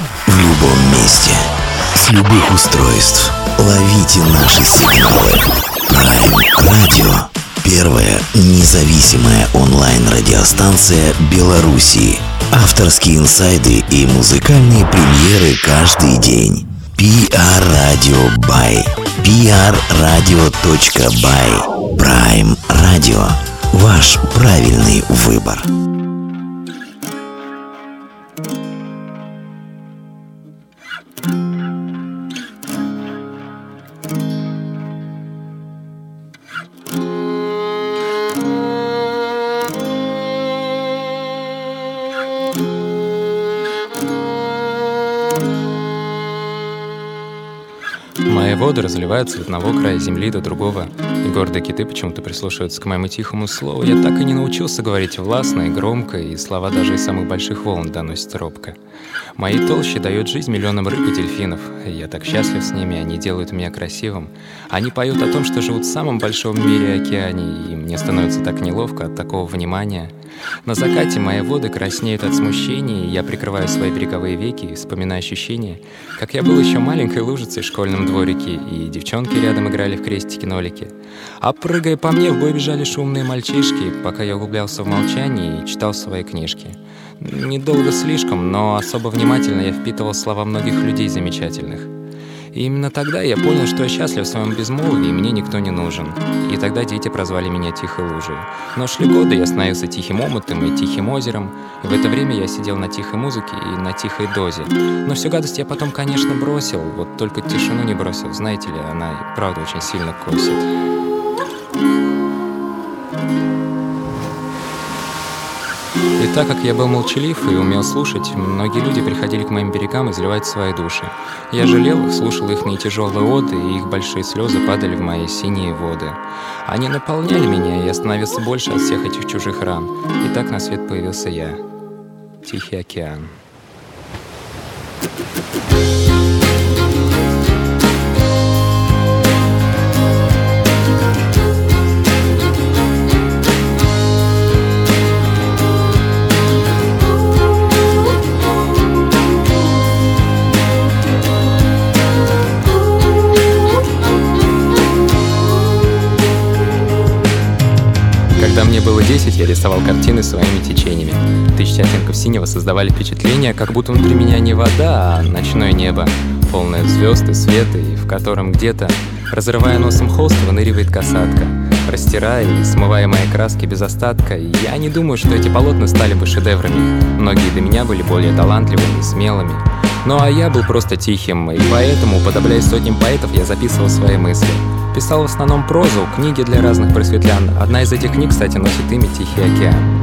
В любом месте, с любых устройств. Ловите наши сигналы. Prime Radio. Первая независимая онлайн-радиостанция Беларуси. Авторские инсайды и музыкальные премьеры каждый день. PR Radio by prradio.by. Prime Radio. Ваш правильный выбор. Мои воды разливаются от одного края земли до другого, и гордые киты почему-то прислушиваются к моему тихому слову. Я так и не научился говорить властно и громко, и слова даже из самых больших волн доносятся робко. Мои толщи дают жизнь миллионам рыб и дельфинов, и я так счастлив с ними, они делают меня красивым. Они поют о том, что живут в самом большом мире океане, и мне становится так неловко от такого внимания. На закате мои воды краснеют от смущения, и я прикрываю свои береговые веки, вспоминая ощущения, как я был еще маленькой лужицей в школьном дворике, и девчонки рядом играли в крестики-нолики. А прыгая по мне, в бой бежали шумные мальчишки, пока я углублялся в молчании и читал свои книжки. Недолго слишком, но особо внимательно я впитывал слова многих людей замечательных. И именно тогда я понял, что я счастлив в своем безмолвии, и мне никто не нужен. И тогда дети прозвали меня Тихой Лужей. Но шли годы, я становился тихим омутом и тихим озером. И в это время я сидел на тихой музыке и на тихой дозе. Но всю гадость я потом, конечно, бросил, вот только тишину не бросил. Знаете ли, она и правда очень сильно косит. И так как я был молчалив и умел слушать, многие люди приходили к моим берегам изливать свои души. Я жалел их, слушал их тяжелые оды, и их большие слезы падали в мои синие воды. Они наполняли меня, и я становился больше от всех этих чужих ран. И так на свет появился я. Тихий океан. Когда мне было 10, я рисовал картины своими течениями. Тысячи оттенков синего создавали впечатление, как будто внутри меня не вода, а ночное небо, полное звезд и света, и в котором где-то, разрывая носом холст, выныривает касатка, растирая и смывая мои краски без остатка. И я не думаю, что эти полотна стали бы шедеврами. Многие до меня были более талантливыми и смелыми. Ну а я был просто тихим, и поэтому, уподобляясь сотням поэтов, я записывал свои мысли. Писал в основном прозу, книги для разных просветлян. Одна из этих книг, кстати, носит имя «Тихий океан».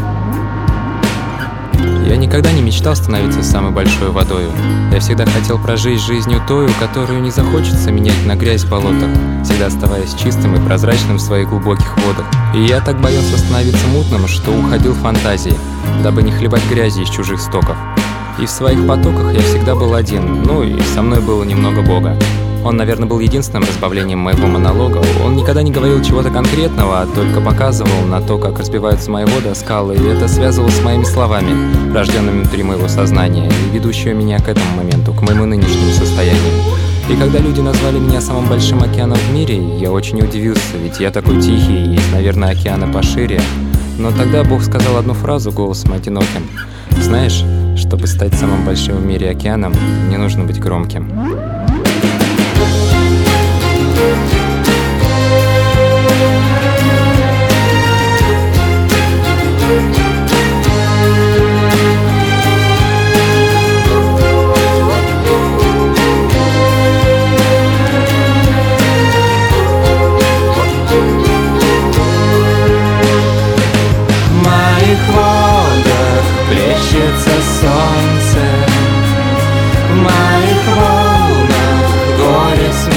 Я никогда не мечтал становиться самой большой водою. Я всегда хотел прожить жизнью тою, которую не захочется менять на грязь в болотах, всегда оставаясь чистым и прозрачным в своих глубоких водах. И я так боялся становиться мутным, что уходил в фантазии, дабы не хлебать грязи из чужих стоков. И в своих потоках я всегда был один, ну и со мной было немного Бога. Он, наверное, был единственным разбавлением моего монолога. Он никогда не говорил чего-то конкретного, а только показывал на то, как разбиваются мои воды о скалы, и это связывалось с моими словами, рожденными внутри моего сознания, и ведущими меня к этому моменту, к моему нынешнему состоянию. И когда люди назвали меня самым большим океаном в мире, я очень удивился, ведь я такой тихий, и есть, наверное, океаны пошире. Но тогда Бог сказал одну фразу голосом одиноким. Знаешь, чтобы стать самым большим в мире океаном, не нужно быть громким. В моих водах плещется солнце, в моих волнах горе смеется.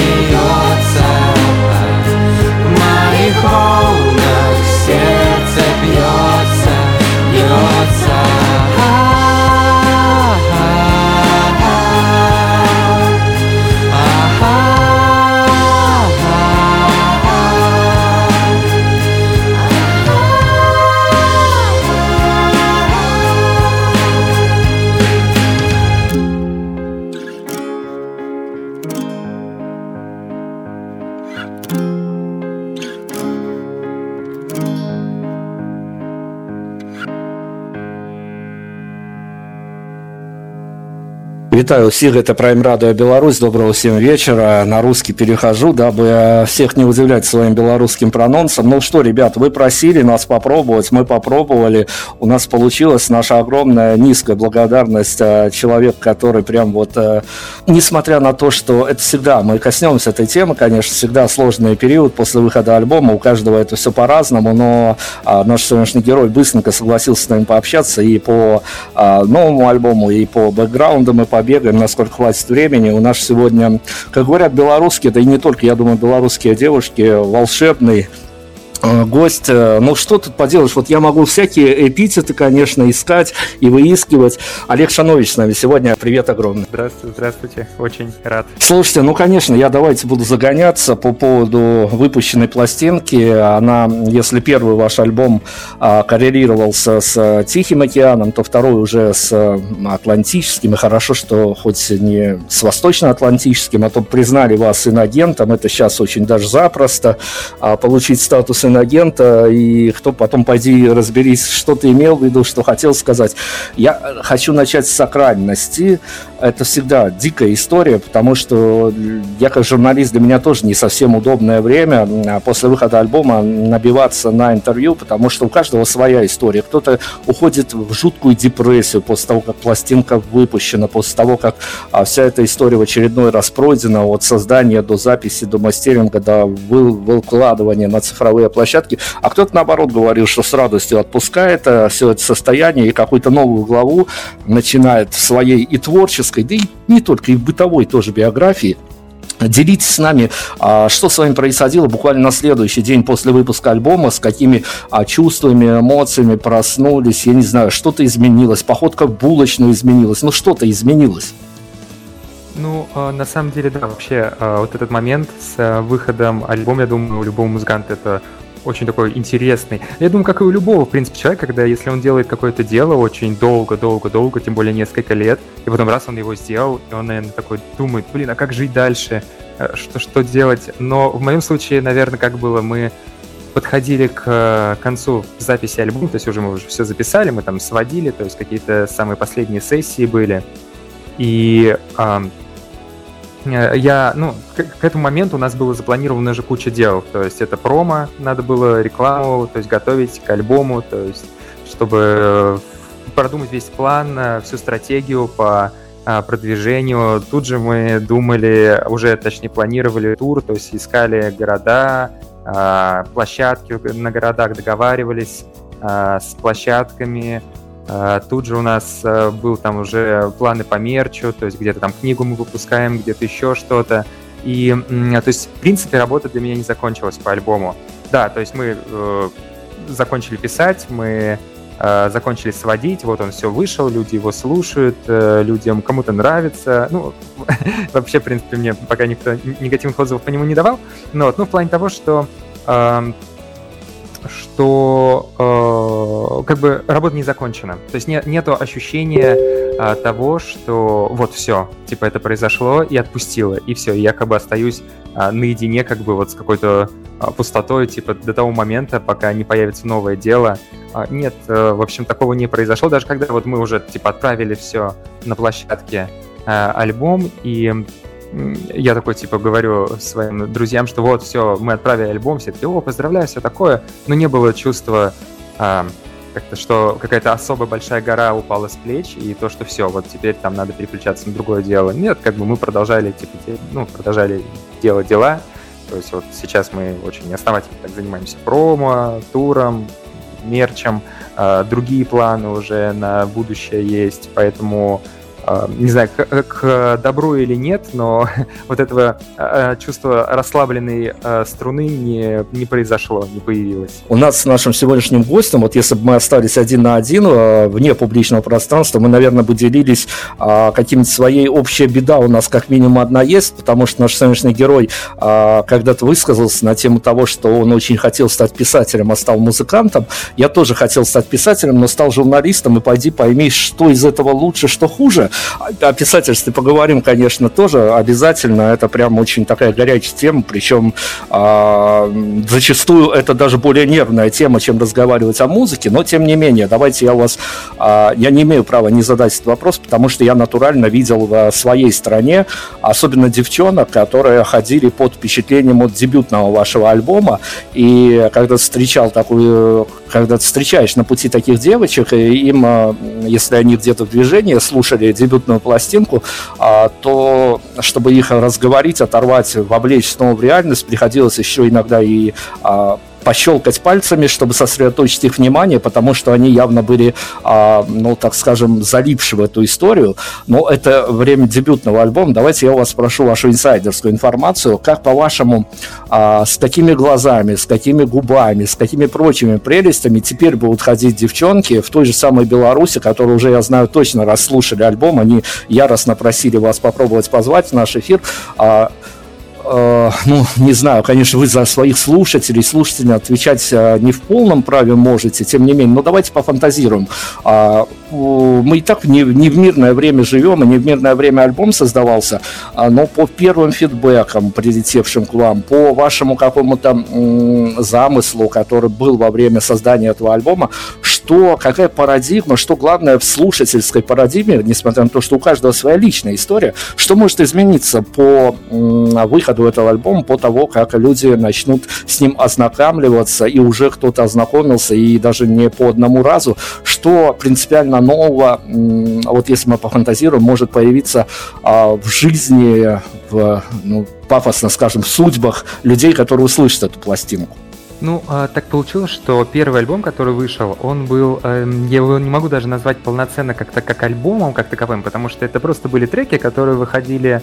Вітаю ўсіх, гэта Prime Radio Беларусь. Доброго всем вечера. На русский перехожу, дабы всех не удивлять своим белорусским прононсом. Ну что, ребят, вы просили нас попробовать, мы попробовали. У нас получилась наша огромная низкая благодарность. Человек, который прям вот, несмотря на то, что это всегда, мы коснемся этой темы, конечно, всегда сложный период после выхода альбома. У каждого это все по-разному, но наш сегодняшний герой быстренько согласился с нами пообщаться и по новому альбому, и по бэкграунду мы побегаем, насколько хватит времени. У нас сегодня, как говорят белорусские, да и не только, я думаю, белорусские девушки, волшебный гость. Ну, что тут поделаешь? Вот я могу всякие эпитеты, конечно, искать и выискивать. Олег Шанович с нами сегодня. Привет огромный. Здравствуйте. Очень рад. Слушайте, ну, конечно, я давайте буду загоняться по поводу выпущенной пластинки. Она, если первый ваш альбом коррелировался с Тихим океаном, то второй уже с Атлантическим. И хорошо, что хоть не с Восточно-Атлантическим, а то признали вас инагентом. Это сейчас очень даже запросто получить статус инагента, и кто потом пойди разберись, что ты имел в виду, что хотел сказать. Я хочу начать с сакральности. Это всегда дикая история, потому что я как журналист, для меня тоже не совсем удобное время после выхода альбома набиваться на интервью, потому что у каждого своя история. Кто-то уходит в жуткую депрессию после того, как пластинка выпущена, после того, как вся эта история в очередной раз пройдена, от создания до записи, до мастеринга, до выкладывания на цифровые площадки, а кто-то наоборот говорил, что с радостью отпускает все это состояние и какую-то новую главу начинает в своей и творческой, да и не только, и в бытовой тоже биографии. Делитесь с нами, что с вами происходило буквально на следующий день после выпуска альбома, с какими чувствами, эмоциями проснулись, я не знаю, что-то изменилось, походка в булочную изменилась, ну что-то изменилось. Ну, на самом деле, да, вообще, вот этот момент с выходом альбома, я думаю, у любого музыканта это очень такой интересный. Я думаю, как и у любого, в принципе, человека, когда если он делает какое-то дело очень долго, тем более несколько лет, и потом раз он его сделал, и он, наверное, такой думает, блин, а как жить дальше, что делать? Но в моем случае, наверное, как было, мы подходили к концу записи альбома, то есть мы уже все записали, мы там сводили, то есть какие-то самые последние сессии были, и к этому моменту у нас было запланировано уже куча дел, то есть это промо, надо было рекламу, то есть готовить к альбому, то есть чтобы продумать весь план, всю стратегию по продвижению. Тут же мы думали, уже точнее планировали тур, то есть искали города, площадки на городах, договаривались с площадками. Тут же у нас был там уже планы по мерчу, то есть где-то там книгу мы выпускаем, где-то еще что-то. И, то есть, в принципе, работа для меня не закончилась по альбому. Да, то есть мы закончили писать, мы закончили сводить, вот он все вышел, люди его слушают, людям кому-то нравится. Ну, вообще, в принципе, мне пока никто негативных отзывов по нему не давал. Но в плане того, что как бы работа не закончена. То есть нету ощущения того, что вот все, типа это произошло и отпустило, и все, я как бы остаюсь наедине как бы вот с какой-то пустотой, типа до того момента, пока не появится новое дело. Нет, в общем, такого не произошло, даже когда вот мы уже типа отправили все на площадке альбом, и я такой, типа, говорю своим друзьям, что вот, все, мы отправили альбом, все такие, поздравляю, все такое, но не было чувства как-то, что какая-то особо большая гора упала с плеч, и то, что все, вот теперь там надо переключаться на другое дело. Нет, как бы мы продолжали, продолжали делать дела, то есть вот сейчас мы очень основательно так занимаемся промо, туром, мерчем, другие планы уже на будущее есть, поэтому не знаю, к добру или нет, но вот этого чувства расслабленной струны не произошло, не появилось. У нас с нашим сегодняшним гостем, вот если бы мы остались один на один вне публичного пространства, мы, наверное, бы делились каким-то своей общей беда у нас как минимум одна есть, потому что наш сегодняшний герой когда-то высказался на тему того, что он очень хотел стать писателем, а стал музыкантом. Я тоже хотел стать писателем, но стал журналистом, и пойди пойми, что из этого лучше, что хуже. О писательстве поговорим, конечно, тоже обязательно. Это прям очень такая горячая тема, причем зачастую это даже более нервная тема, чем разговаривать о музыке, но тем не менее, давайте я не имею права не задать этот вопрос, потому что я натурально видел в своей стране, особенно девчонок, которые ходили под впечатлением от дебютного вашего альбома, и когда ты встречаешь на пути таких девочек, и им, если они где-то в движении слушали дебютную пластинку, то чтобы их разговорить, оторвать, вовлечь снова в реальность, приходилось еще иногда и пощелкать пальцами, чтобы сосредоточить их внимание, потому что они явно были, так скажем, залипши в эту историю. Но это время дебютного альбома. Давайте я у вас спрошу вашу инсайдерскую информацию. Как, по-вашему, с какими глазами, с какими губами, с какими прочими прелестями теперь будут ходить девчонки в той же самой Беларуси, которые уже, я знаю, точно расслушали альбом, они яростно просили вас попробовать позвать в наш эфир. Не знаю, конечно, вы за своих слушателей отвечать не в полном праве можете, тем не менее, но давайте пофантазируем. Мы и так не в мирное время живем, и не в мирное время альбом создавался, но по первым фидбэкам, прилетевшим к вам, по вашему какому-то замыслу, который был во время создания этого альбома, какая парадигма, что главное в слушательской парадигме, несмотря на то, что у каждого своя личная история, что может измениться по выходу этого альбома, по того, как люди начнут с ним ознакомливаться, и уже кто-то ознакомился, и даже не по одному разу, что принципиально нового, вот если мы пофантазируем, может появиться в жизни, пафосно скажем, в судьбах людей, которые услышат эту пластинку. Так получилось, что первый альбом, который вышел, он был, я его не могу даже назвать полноценно как альбомом, как таковым, потому что это просто были треки, которые выходили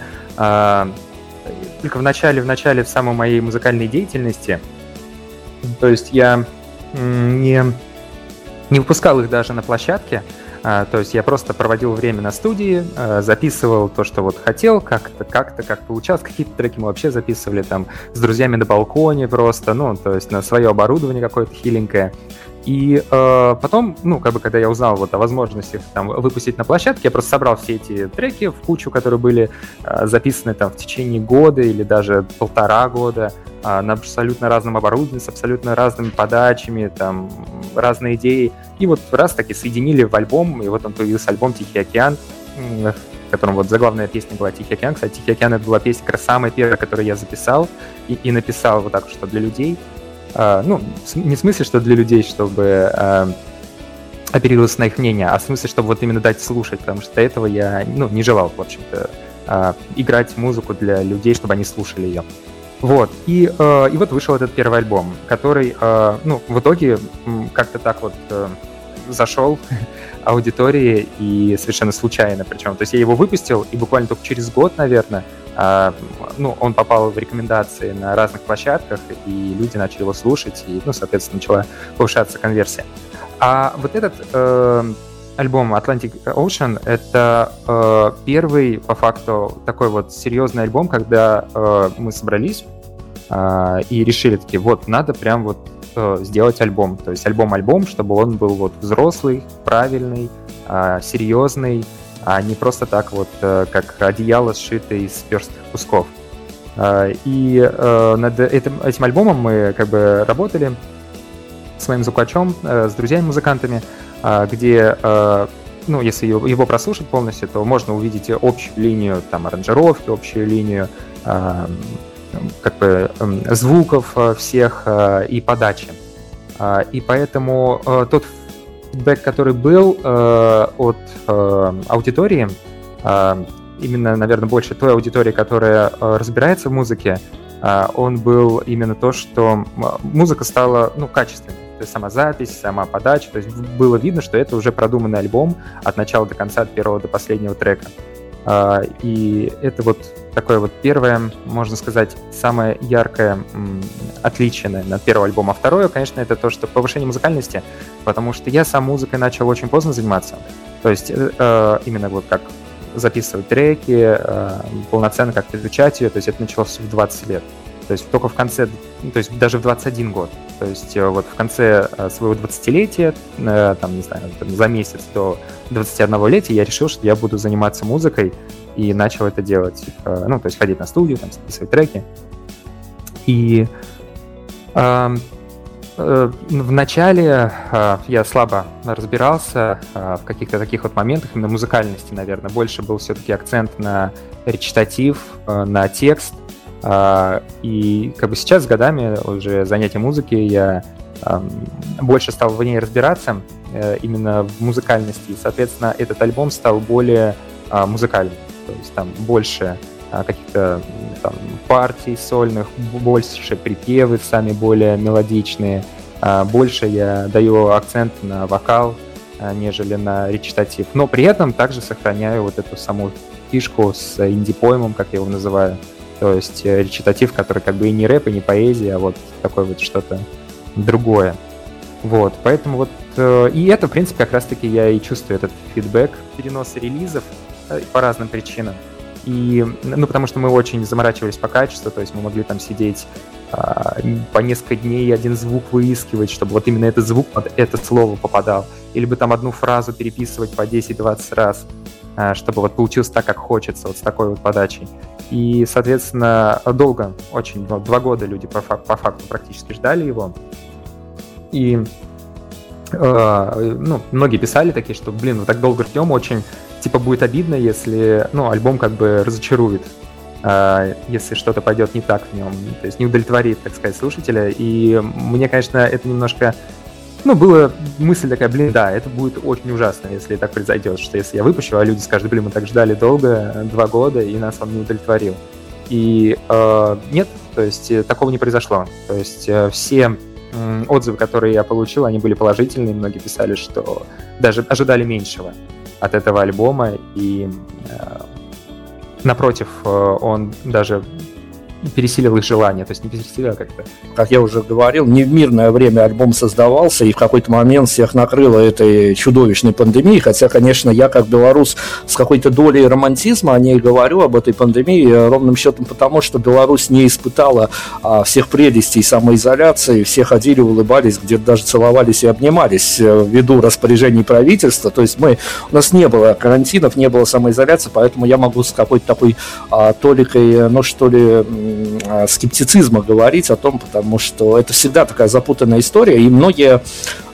только в начале в самой моей музыкальной деятельности. То есть я не выпускал их даже на площадке. То есть я просто проводил время на студии, записывал то, что вот хотел, как получалось. Какие-то треки мы вообще записывали там с друзьями на балконе просто, то есть на свое оборудование какое-то хиленькое. И потом, когда я узнал вот о возможности там выпустить на площадке, я просто собрал все эти треки в кучу, которые были записаны там в течение года или даже 1,5 года, на абсолютно разном оборудовании, с абсолютно разными подачами, там, разные идеи. И вот раз таки соединили в альбом, и вот он появился альбом «Тихий океан», в котором вот заглавная песня была «Тихий океан». Кстати, «Тихий океан» — это была песня как раз самая первая, которую я записал и написал вот так, что для людей. Не в смысле, что для людей, чтобы оперироваться на их мнение, а в смысле, чтобы вот именно дать слушать, потому что до этого я не желал, в общем-то, играть музыку для людей, чтобы они слушали ее. Вот, и вот вышел этот первый альбом, который, в итоге как-то так вот зашел аудитории и совершенно случайно причем. То есть я его выпустил, и буквально только через год, наверное, он попал в рекомендации на разных площадках, и люди начали его слушать, и, соответственно, начала повышаться конверсия. А вот этот альбом Atlantic Ocean — это первый, по факту, такой вот серьезный альбом, когда мы собрались и решили такие, вот, надо прям вот сделать альбом. То есть альбом-альбом, чтобы он был вот взрослый, правильный, серьезный, а не просто так вот, как одеяло, сшитое из сперстых кусков. И над этим альбомом мы как бы работали с моим звукачом, с друзьями-музыкантами, где, если его прослушать полностью, то можно увидеть общую линию там аранжировки, общую линию звуков всех и подачи. И поэтому тот фидбэк, который был от аудитории, именно, наверное, больше той аудитории, которая разбирается в музыке, он был именно то, что музыка стала, качественной. То есть сама запись, сама подача. То есть было видно, что это уже продуманный альбом от начала до конца, от первого до последнего трека. И это вот такое вот первое, можно сказать, самое яркое отличие, наверное, от первого альбома. А второе, конечно, это то, что повышение музыкальности, потому что я сам музыкой начал очень поздно заниматься. То есть именно вот как записывать треки, полноценно как изучать ее, то есть это началось в 20 лет. То то есть только в конце, то есть даже в 21 год. То есть вот в конце своего 20-летия, там, не знаю, за месяц до 21-летия я решил, что я буду заниматься музыкой, и начал это делать. Ну, то есть ходить на студию, там, записывать треки. И в начале я слабо разбирался в каких-то таких вот моментах, именно музыкальности, наверное. Больше был все-таки акцент на речитатив, на текст. И как бы сейчас с годами уже занятия музыки я больше стал в ней разбираться, именно в музыкальности. И, соответственно, этот альбом стал более музыкальным. То есть там больше каких-то там партий сольных, больше припевы сами более мелодичные, больше я даю акцент на вокал, нежели на речитатив. Но при этом также сохраняю вот эту саму фишку с инди-поэмом, как я его называю. То есть речитатив, который как бы и не рэп, и не поэзия, а вот такое вот что-то другое. Вот, поэтому вот... И это, в принципе, как раз-таки я и чувствую этот фидбэк, переносы релизов по разным причинам. И, ну, потому что мы очень заморачивались по качеству, то есть мы могли там сидеть по несколько дней один звук выискивать, чтобы вот именно этот звук под это слово попадал. Или бы там одну фразу переписывать по 10-20 раз, чтобы вот получилось так, как хочется, вот с такой вот подачей. И, соответственно, долго, очень, 2 года люди по факту практически ждали его. И, ну, многие писали такие, что, блин, мы так долго ждем, очень... Типа будет обидно, если, ну, альбом как бы разочарует, если что-то пойдет не так в нем, то есть не удовлетворит, так сказать, слушателя. И мне, конечно, это немножко, ну, была мысль такая, блин, да, это будет очень ужасно, если так произойдет, что если я выпущу, а люди скажут, блин, мы так ждали долго, 2 года, и нас он не удовлетворил. И нет, то есть такого не произошло. То есть все отзывы, которые я получил, они были положительные, многие писали, что даже ожидали меньшего от этого альбома, и напротив, он даже пересилил их желание, то есть не пересилил, а как-то. Как я уже говорил, не в мирное время альбом создавался, и в какой-то момент всех накрыло этой чудовищной пандемией, хотя, конечно, я как белорус с какой-то долей романтизма о ней говорю, об этой пандемии, ровным счетом потому, что Беларусь не испытала всех прелестей самоизоляции, все ходили, улыбались, где-то даже целовались и обнимались ввиду распоряжений правительства, то есть у нас не было карантинов, не было самоизоляции, поэтому я могу с какой-то такой толикой, ну что ли, скептицизма говорить о том, потому что это всегда такая запутанная история, и многие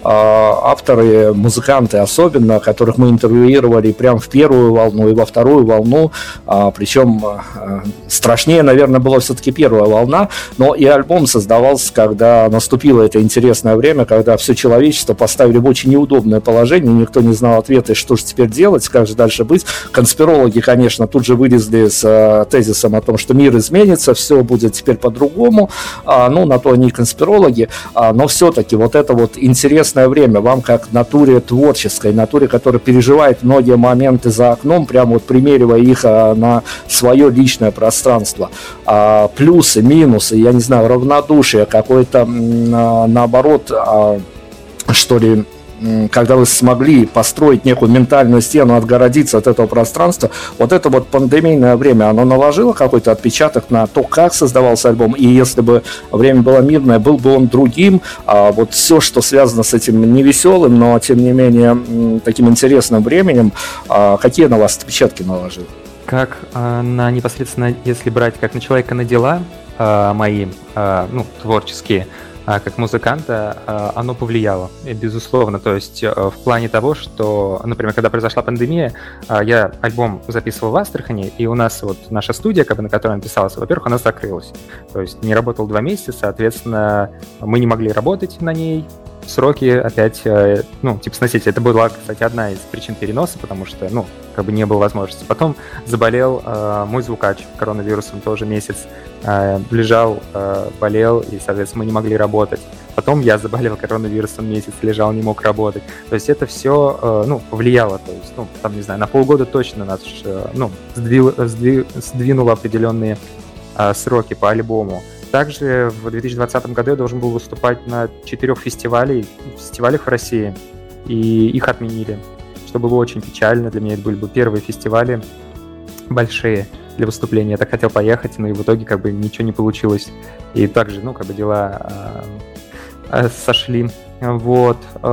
авторы, музыканты особенно, которых мы интервьюировали прямо в первую волну и во вторую волну, причем страшнее, наверное, была все-таки первая волна, но и альбом создавался, когда наступило это интересное время, когда все человечество поставили в очень неудобное положение, никто не знал ответа, что же теперь делать, как же дальше быть. Конспирологи, конечно, тут же вылезли с тезисом о том, что мир изменится, все будет теперь по-другому, ну, на то они и конспирологи, но все-таки вот это вот интересное время вам, как натуре творческой, натуре, которая переживает многие моменты за окном, прямо вот примеривая их на свое личное пространство. Плюсы, минусы, я не знаю, равнодушие, какое-то, наоборот, что ли, когда вы смогли построить некую ментальную стену, отгородиться от этого пространства, вот это вот пандемийное время, оно наложило какой-то отпечаток на то, как создавался альбом, и если бы время было мирное, был бы он другим, вот все, что связано с этим невеселым, но тем не менее таким интересным временем, какие на вас отпечатки наложило? Как на непосредственно, если брать как на человека, на дела мои, ну, творческие, как музыканта, оно повлияло, безусловно. То есть в плане того, что, например, когда произошла пандемия, я альбом записывал в Астрахани, и у нас вот наша студия, на которой он писался, во-первых, она закрылась. То есть не работал 2 месяца, соответственно, мы не могли работать на ней. Сроки опять, ну, типа, сносить. Это была, кстати, одна из причин переноса, потому что, ну, как бы не было возможности. Потом заболел мой звукач коронавирусом, тоже месяц лежал, болел, и, соответственно, мы не могли работать. Потом я заболел коронавирусом, месяц лежал, не мог работать. То есть это все, ну, повлияло. То есть, ну, там, не знаю, на полгода точно нас, ну, сдвинуло определенные сроки по альбому. Также в 2020 году я должен был выступать на 4 фестивалях в России, и их отменили, что было очень печально. Для меня это были бы первые фестивали большие. для выступления. Я так хотел поехать, но и в итоге как бы ничего не получилось. И также, ну, как бы дела сошли. Вот.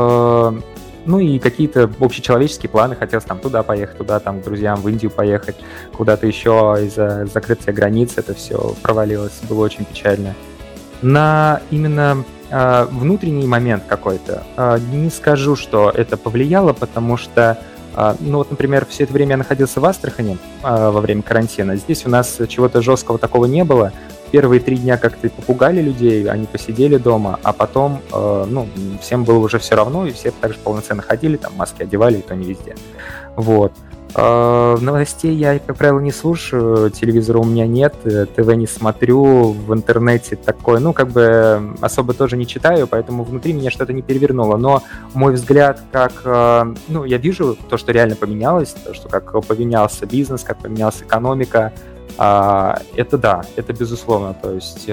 Ну и какие-то общечеловеческие планы. Хотелось там туда поехать, туда там к друзьям в Индию поехать, куда-то еще из-за закрытия границ это все провалилось. Было очень печально. На именно внутренний момент какой-то не скажу, что это повлияло, потому что, ну вот, например, все это время я находился в Астрахани во время карантина. Здесь у нас чего-то жесткого такого не было. Первые 3 дня как-то попугали людей, они посидели дома, а потом, ну, всем было уже все равно, и все также полноценно ходили, там маски одевали, и то не везде. Вот. Новостей я, как правило, не слушаю, телевизора у меня нет, ТВ не смотрю, в интернете такое, ну, как бы особо тоже не читаю, поэтому внутри меня что-то не перевернуло. Но мой взгляд, как, ну, я вижу то, что реально поменялось, то, что как поменялся бизнес, как поменялась экономика, это да, это безусловно, то есть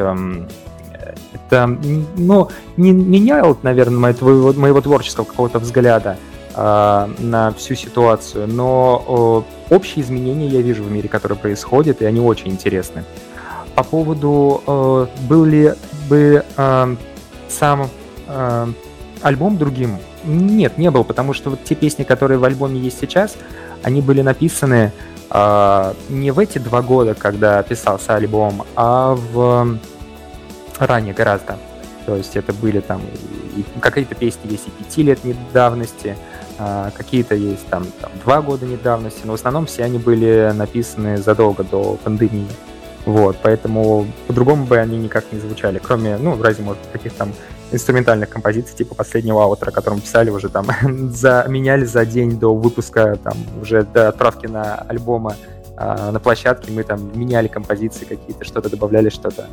это, ну, не меняло, наверное, моего творческого какого-то взгляда на всю ситуацию, но общие изменения я вижу в мире, которые происходят, и они очень интересны. По поводу, был ли бы сам альбом другим? Нет, не был, потому что вот те песни, которые в альбоме есть сейчас, они были написаны не в эти 2 года, когда писался альбом, а ранее гораздо. То есть это были там, какие-то песни есть и 5-летней давности, какие-то есть там 2 года недавности, но в основном все они были написаны задолго до пандемии. Вот, поэтому по-другому бы они никак не звучали, кроме, ну, разве, может, каких-то там инструментальных композиций, типа последнего аутера, который мы писали уже там, меняли за день до выпуска, там, уже до отправки на альбома на площадке, мы там меняли композиции какие-то, что-то добавляли, что-то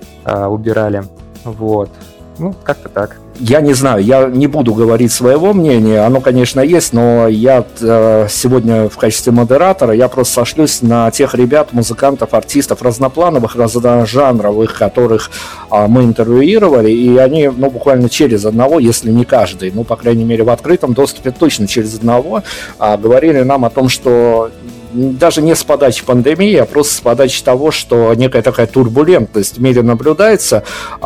убирали, вот. Ну, как-то так. Я не знаю, я не буду говорить своего мнения, оно, конечно, есть, но я сегодня в качестве модератора, я просто сошлюсь на тех ребят, музыкантов, артистов разноплановых, разножанровых, которых мы интервьюировали, и они, ну, буквально через одного, если не каждый, ну, по крайней мере, в открытом доступе точно через одного, говорили нам о том, что даже не с подачи пандемии, а просто с подачи того, что некая такая турбулентность в мире наблюдается.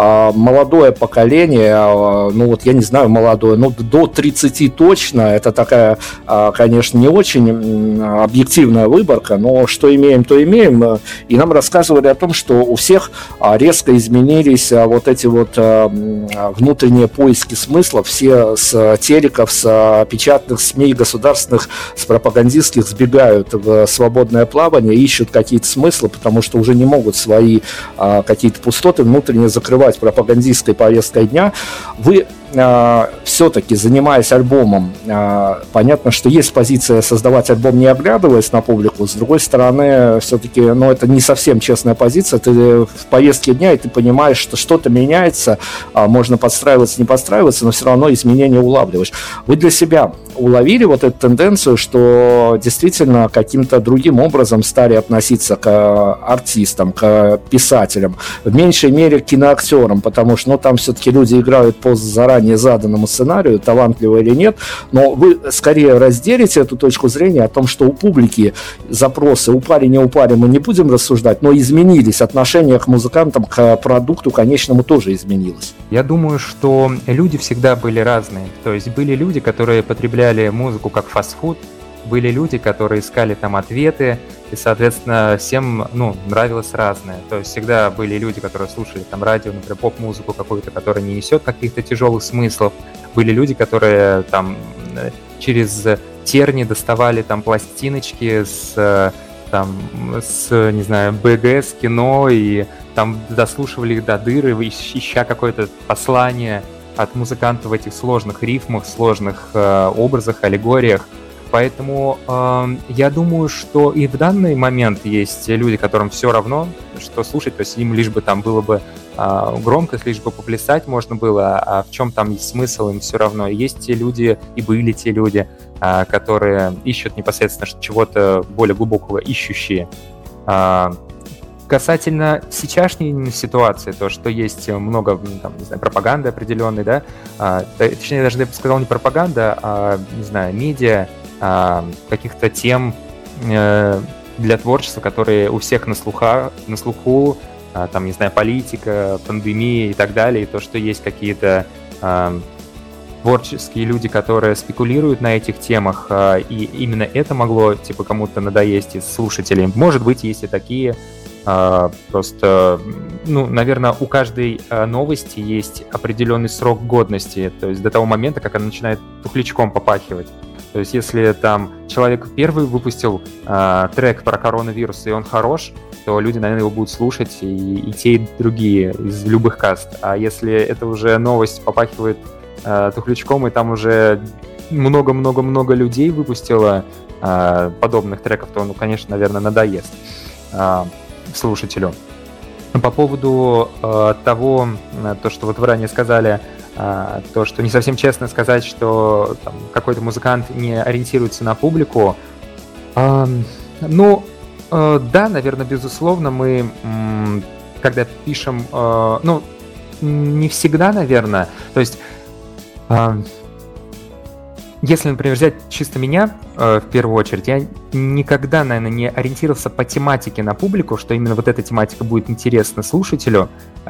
Молодое поколение, ну вот я не знаю, молодое, но до 30 точно, это такая, конечно, не очень объективная выборка, но что имеем, то имеем. И нам рассказывали о том, что у всех резко изменились вот эти вот внутренние поиски смысла. Все с телеков, с печатных СМИ, государственных, с пропагандистских сбегают в свободное плавание, ищут какие-то смыслы, потому что уже не могут свои какие-то пустоты внутренне закрывать пропагандистской повесткой дня. Вы все-таки, занимаясь альбомом, понятно, что есть позиция создавать альбом, не оглядываясь на публику. С другой стороны, все-таки, ну, это не совсем честная позиция. Ты в повестке дня, и ты понимаешь, что что-то меняется, можно подстраиваться, не подстраиваться, но все равно изменения улавливаешь. Вы для себя уловили вот эту тенденцию, что действительно каким-то другим образом стали относиться к артистам, к писателям, в меньшей мере к киноактерам, потому что, ну, там все-таки люди играют по заранее заданному сценарию, талантливо или нет, но вы скорее разделите эту точку зрения о том, что у публики запросы упали, не упали, мы не будем рассуждать, но изменились отношения к музыкантам, к продукту конечному тоже изменилось. Я думаю, что люди всегда были разные, то есть были люди, которые потребляли музыку как фастфуд, были люди, которые искали там ответы, и, соответственно, всем, ну, нравилось разное. То есть всегда были люди, которые слушали там радио, например, поп-музыку какую-то, которая не несет каких-то тяжелых смыслов. Были люди, которые там через терни доставали там пластиночки не знаю, БГ, с кино, и там дослушивали их до дыры, ища какое-то послание от музыканта в этих сложных рифмах, сложных образах, аллегориях. Поэтому я думаю, что и в данный момент есть люди, которым все равно, что слушать, то есть им лишь бы там было бы громкость, лишь бы поплясать можно было, а в чем там есть смысл, им все равно. Есть те люди, и были те люди, которые ищут непосредственно чего-то более глубокого, ищущие. Касательно сейчасшней ситуации, то, что есть много, там, не знаю, пропаганды определенной, да, точнее, даже я бы сказал, не пропаганда, а, не знаю, медиа, каких-то тем, для творчества, которые у всех на слуху, там, не знаю, политика, пандемия и так далее, и то, что есть какие-то творческие люди, которые спекулируют на этих темах, и именно это могло, типа, кому-то надоесть из слушателей. Может быть, есть и такие. Просто, ну, наверное, у каждой новости есть определенный срок годности, то есть до того момента, как она начинает тухлячком попахивать. То есть если там человек первый выпустил трек про коронавирус, и он хорош, то люди, наверное, его будут слушать, и те, и другие из любых каст. А если это уже новость попахивает тухлячком, и там уже много-много-много людей выпустило подобных треков, то, ну, конечно, наверное, надоест слушателю. По поводу того, то, что вот вы ранее сказали, то, что не совсем честно сказать, что там, какой-то музыкант не ориентируется на публику. Ну, да, наверное, безусловно, мы, когда пишем, ну, не всегда, наверное, то есть если, например, взять чисто меня, в первую очередь, я никогда, наверное, не ориентировался по тематике на публику, что именно вот эта тематика будет интересна слушателю,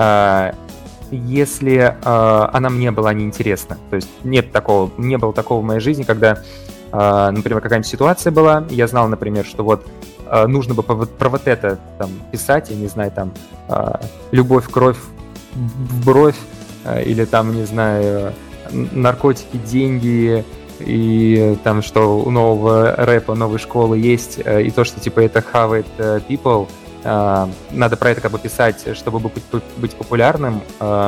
если она мне была неинтересна. То есть не было такого в моей жизни, когда, например, какая-нибудь ситуация была, я знал, например, что вот нужно бы про вот это там писать, я не знаю, там «Любовь, кровь в бровь», или там, не знаю, «Наркотики, деньги», и там, что у нового рэпа, новой школы есть, и то, что, типа, это хавает people, надо про это как бы писать, чтобы быть популярным.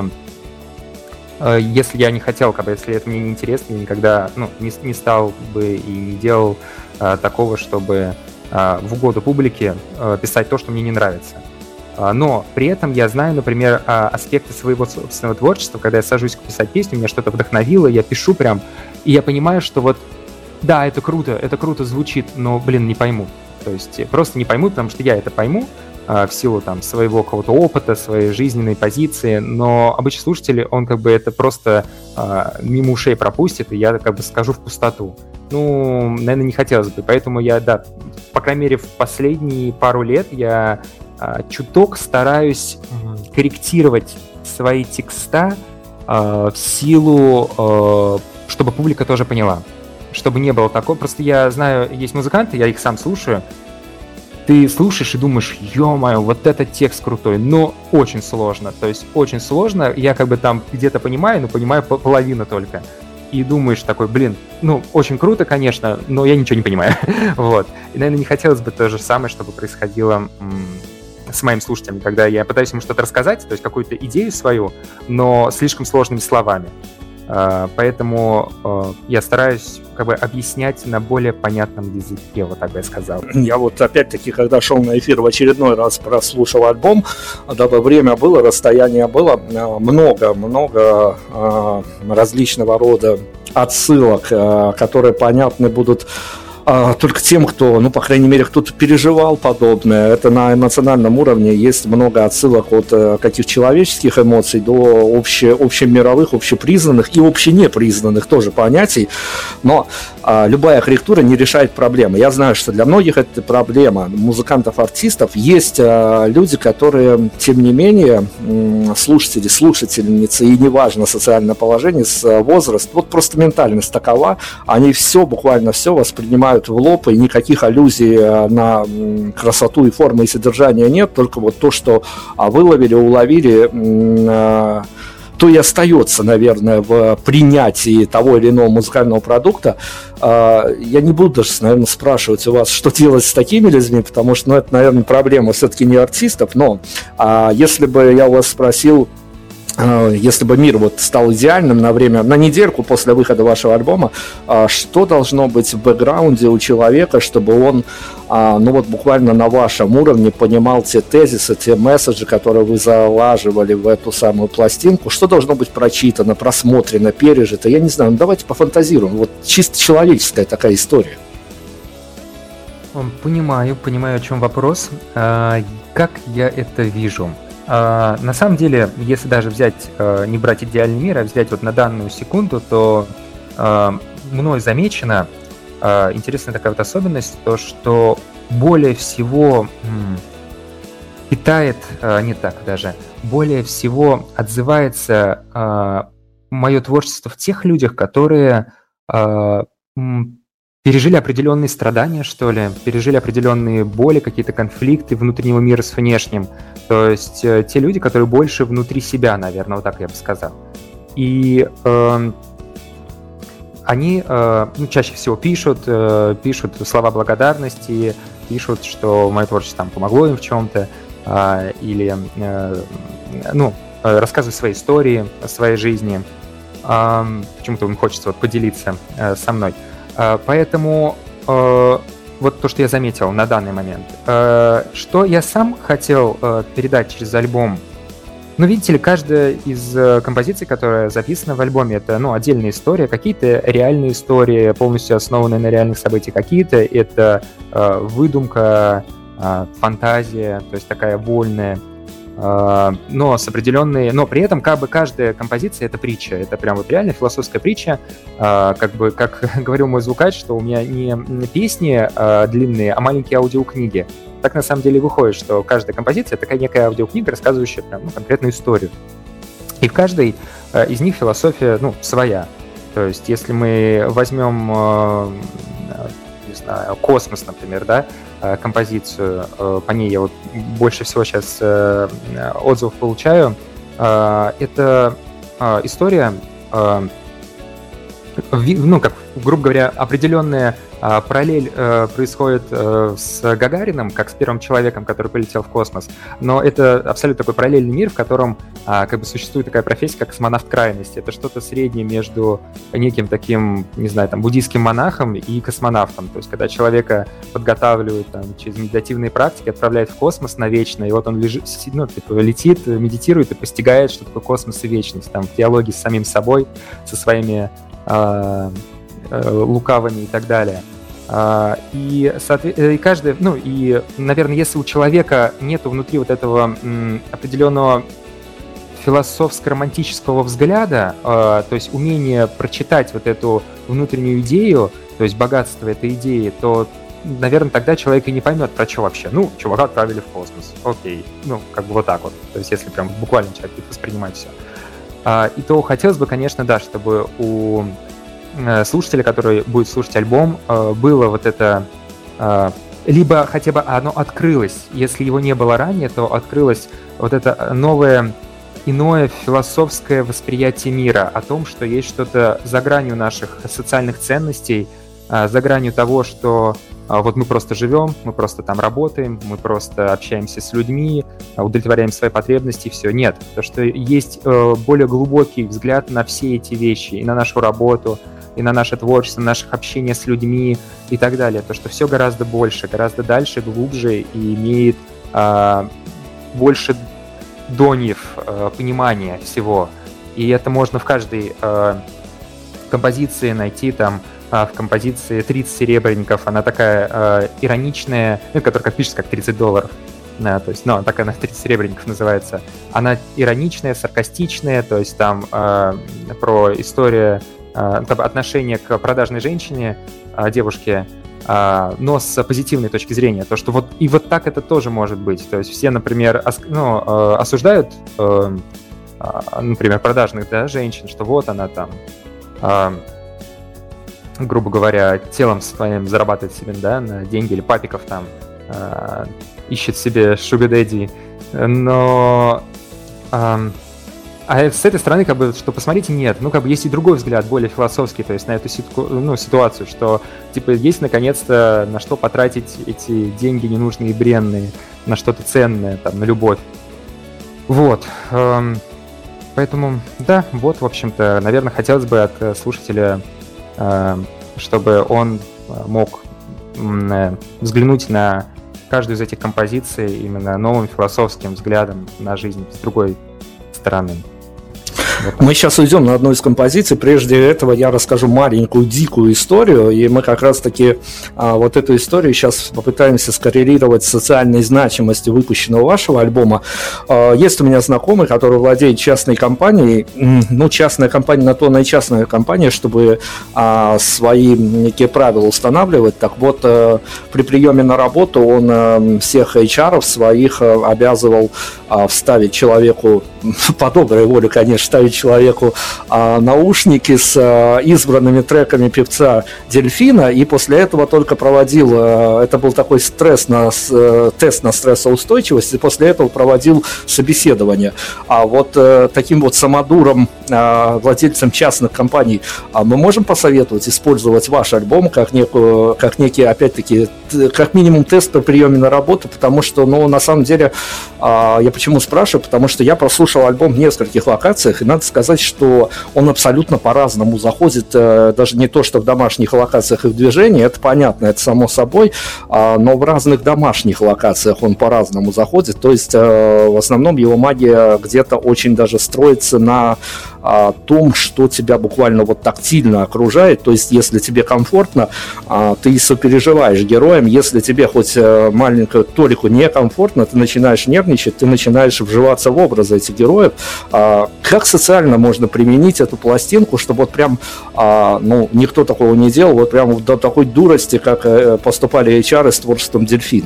Если я не хотел, как бы, если это мне не интересно, я никогда, ну, не стал бы и не делал такого, чтобы в угоду публике писать то, что мне не нравится. Но при этом я знаю, например, аспекты своего собственного творчества, когда я сажусь писать песню, меня что-то вдохновило, я пишу прям, и я понимаю, что вот, да, это круто звучит, но, блин, не пойму. То есть просто не пойму, потому что я это пойму в силу там своего какого-то опыта, своей жизненной позиции, но обычный слушатель, он как бы это просто мимо ушей пропустит, и я как бы скажу в пустоту. Ну, наверное, не хотелось бы, поэтому я, да, по крайней мере, в последние пару лет я чуток стараюсь корректировать свои текста в силу, чтобы публика тоже поняла. Чтобы не было такого. Просто я знаю, есть музыканты, я их сам слушаю. Ты слушаешь и думаешь, ё-моё, вот этот текст крутой, но очень сложно. То есть очень сложно. Я как бы там где-то понимаю, но понимаю половину только. И думаешь такой, блин, ну, очень круто, конечно, но я ничего не понимаю. Вот. И, наверное, не хотелось бы то же самое, чтобы происходило с моим слушателем, когда я пытаюсь ему что-то рассказать, то есть какую-то идею свою, но слишком сложными словами. Поэтому я стараюсь как бы объяснять на более понятном языке, вот так бы я сказал. Я вот опять-таки, когда шел на эфир, в очередной раз прослушал альбом, дабы время было, расстояние было, много различного рода отсылок, которые понятны будут только тем, кто, ну, по крайней мере, кто-то переживал подобное. Это на эмоциональном уровне есть много отсылок от каких человеческих эмоций до общемировых, общепризнанных и общенепризнанных тоже понятий. Но любая корректура не решает проблемы. Я знаю, что для многих это проблема музыкантов, артистов. Есть люди, которые, тем не менее, слушатели, слушательницы, и неважно социальное положение, возраст, вот просто ментальность такова, они все, буквально все воспринимают в лоб, и никаких аллюзий на красоту и форму и содержание нет, только вот то, что выловили, уловили, то и остается, наверное, в принятии того или иного музыкального продукта. Я не буду даже, наверное, спрашивать у вас, что делать с такими людьми, потому что, ну, это, наверное, проблема все-таки не артистов, но если бы я у вас спросил, если бы мир вот стал идеальным на недельку после выхода вашего альбома, что должно быть в бэкграунде у человека, чтобы он, ну вот буквально на вашем уровне понимал те тезисы, те месседжи, которые вы залаживали в эту самую пластинку, что должно быть прочитано, просмотрено, пережито, я не знаю, ну давайте пофантазируем, вот чисто человеческая такая история. Понимаю, о чем вопрос. Как я это вижу? На самом деле, если даже взять, не брать идеальный мир, а взять вот на данную секунду, то мной замечена интересная такая вот особенность, то что более всего питает, не так даже, более всего отзывается мое творчество в тех людях, которые пережили определенные страдания, что ли, пережили определенные боли, какие-то конфликты внутреннего мира с внешним. То есть те люди, которые больше внутри себя, наверное, вот так я бы сказал. И они чаще всего пишут слова благодарности, пишут, что мое творчество там помогло им в чем-то, или рассказывают свои истории о своей жизни. Почему-то им хочется вот поделиться со мной. Поэтому вот то, что я заметил на данный момент. Что я сам хотел передать через альбом. Ну, видите ли, каждая из композиций, которая записана в альбоме, это, отдельная история. Какие-то реальные истории, полностью основанные на реальных событиях. Какие-то это выдумка, фантазия, то есть такая вольная. Но с определенной... Но при этом как бы каждая композиция — это притча. Это прям вот реально философская притча. Как говорил мой звукач, что у меня не песни длинные, а маленькие аудиокниги. Так на самом деле выходит, что каждая композиция — такая некая аудиокнига, рассказывающая прям конкретную историю. И в каждой из них философия своя. То есть если мы возьмем, не знаю, «Космос», например, да, композицию, по ней я вот больше всего сейчас отзывов получаю. Это история, грубо говоря, определенная параллель происходит с Гагарином, как с первым человеком, который полетел в космос. Но это абсолютно такой параллельный мир, в котором существует такая профессия, как космонавт крайности. Это что-то среднее между неким таким, не знаю, буддийским монахом и космонавтом. То есть когда человека подготавливают через медитативные практики, отправляют в космос навечно, и вот он летит, медитирует и постигает, что такое космос и вечность. В диалоге с самим собой, со своими лукавыми и так далее. И каждый, наверное, если у человека нету внутри вот этого определенного философско-романтического взгляда, то есть умение прочитать вот эту внутреннюю идею, то есть богатство этой идеи, то, наверное, тогда человек и не поймет, про что вообще. Чувака отправили в космос. Окей. Вот так вот. То есть если прям буквально человек будет воспринимать все. И то хотелось бы, конечно, да, чтобы у слушателя, который будет слушать альбом, было вот это, либо хотя бы оно открылось. Если его не было ранее, то открылось вот это новое, иное философское восприятие мира о том, что есть что-то за гранью наших социальных ценностей, за гранью того, что вот мы просто живем, мы просто там работаем, мы просто общаемся с людьми, удовлетворяем свои потребности, и все. Нет, то, что есть более глубокий взгляд на все эти вещи, и на нашу работу, и на наше творчество, на наших общение с людьми и так далее. То, что все гораздо больше, гораздо дальше, глубже и имеет больше доньев понимания всего. И это можно в каждой композиции найти в композиции 30 серебряников. Она такая ироничная, которая как пишется, как $30. То есть, так она 30 серебряников называется. Она ироничная, саркастичная, то есть там про историю, отношение к продажной женщине, девушке, но с позитивной точки зрения. То, что вот так это тоже может быть. То есть все, например, осуждают, например, продажных женщин, что вот она там, грубо говоря, телом своим зарабатывает себе на деньги, или папиков там ищет себе суgar-дэдди. Но с этой стороны, что посмотрите, нет. Есть и другой взгляд, более философский, то есть на эту ситуацию, что, есть наконец-то на что потратить эти деньги ненужные и бренные, на что-то ценное, на любовь. Вот. Поэтому, да, вот, в общем-то, наверное, хотелось бы от слушателя, чтобы он мог взглянуть на каждую из этих композиций именно новым философским взглядом на жизнь с другой стороны. Мы сейчас уйдем на одну из композиций. Прежде этого я расскажу маленькую дикую историю, и мы как раз-таки вот эту историю сейчас попытаемся скоррелировать с социальной значимостью выпущенного вашего альбома. Есть у меня знакомый, который владеет частной компанией. Ну, частная компания на то она и частная компания, чтобы свои некие правила устанавливать. Так вот, при приеме на работу он всех HR-ов своих обязывал вставить человеку, по доброй воле, конечно, ставить человеку наушники с избранными треками певца Дельфина, и после этого только проводил, это был такой тест на стрессоустойчивость, и после этого проводил собеседование. А вот таким вот самодуром, владельцам частных компаний, мы можем посоветовать использовать ваш альбом как некий, опять-таки, как минимум тест по приеме на работу, потому что, ну, на самом деле, я почему спрашиваю, потому что я прослушал альбом в нескольких локациях, и надо сказать, что он абсолютно по-разному заходит, даже не то, что в домашних локациях и в движении, это понятно, это само собой, но в разных домашних локациях он по-разному заходит, то есть в основном его магия где-то очень даже строится на том, что тебя буквально вот тактильно окружает, то есть если тебе комфортно, ты сопереживаешь героям, если тебе хоть маленькую толику некомфортно, ты начинаешь нервничать, ты начинаешь вживаться в образы этих героев. Как социально можно применить эту пластинку, чтобы вот прям, ну, никто такого не делал, вот прям до такой дурости, как поступали HR с творчеством Дельфина?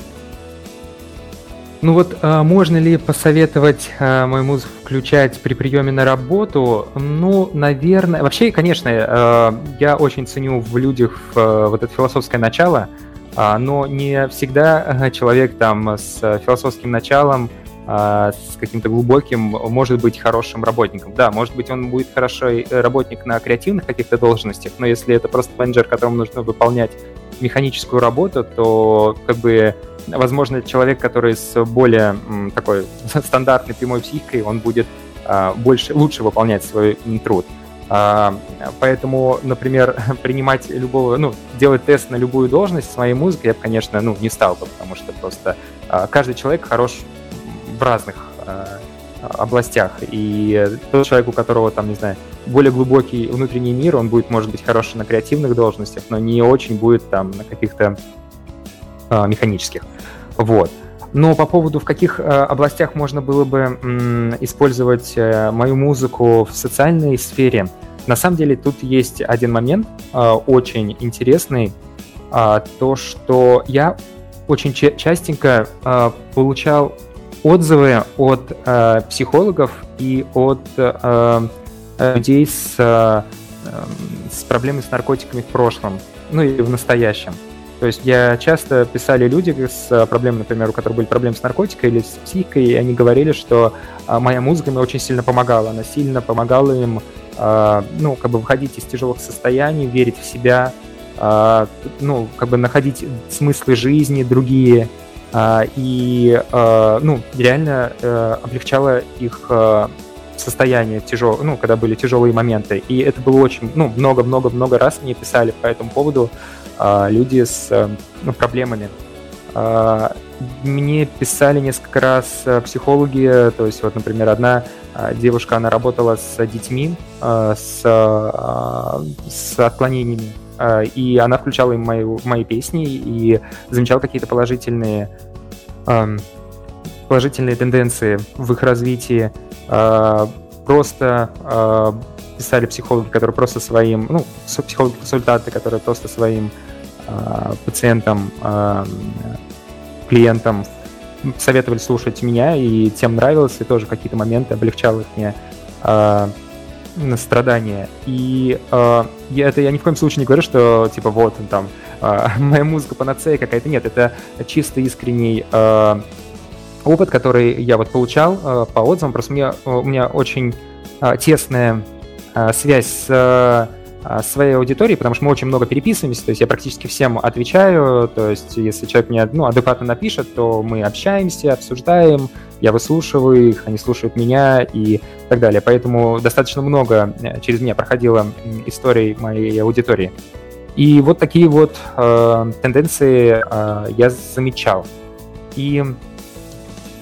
Ну вот, можно ли посоветовать мою музыку включать при приеме на работу? Ну, наверное... Вообще, конечно, я очень ценю в людях вот это философское начало, но не всегда человек там с философским началом, с каким-то глубоким, может быть хорошим работником. Да, может быть, он будет хороший работник на креативных каких-то должностях, но если это просто менеджер, которому нужно выполнять механическую работу, то как бы, возможно, человек, который с более такой стандартной прямой психикой, он будет лучше выполнять свой труд. Поэтому, например, принимать делать тест на любую должность с моей музыкой я бы, конечно, не стал бы, потому что просто каждый человек хорош в разных областях, и тот человек, у которого там, не знаю, более глубокий внутренний мир, он будет, может быть, хороший на креативных должностях, но не очень будет там на каких-то механических. Вот. Но по поводу, в каких областях можно было бы использовать мою музыку в социальной сфере, на самом деле тут есть один момент очень интересный, то, что я очень частенько получал отзывы от психологов и от людей с проблемой с наркотиками в прошлом, ну и в настоящем. То есть часто писали люди с проблемой, например, у которых были проблемы с наркотикой или с психикой, и они говорили, что моя музыка им очень сильно помогала. Она сильно помогала им выходить из тяжелых состояний, верить в себя, находить смыслы жизни другие, и реально облегчало их состояние когда были тяжелые моменты. И это было очень, много-много-много раз мне писали по этому поводу люди с проблемами. Мне писали несколько раз психологи, то есть вот, например, одна девушка, она работала с детьми с отклонениями, и она включала им мои песни и замечала какие-то положительные тенденции в их развитии. Просто писали психологи, которые просто своим, психологи-консультанты, которые просто своим пациентам, клиентам советовали слушать меня, и тем нравилось, и тоже какие-то моменты облегчало их мне страдания. И я ни в коем случае не говорю, что типа вот там моя музыка панацея какая-то. Нет, это чисто искренний опыт, который я вот получал по отзывам. Просто у меня очень тесная связь с своей аудиторией, потому что мы очень много переписываемся, то есть я практически всем отвечаю, то есть если человек мне адекватно напишет, то мы общаемся, обсуждаем, я выслушиваю их, они слушают меня и так далее. Поэтому достаточно много через меня проходило историй моей аудитории. И вот такие вот тенденции я замечал. И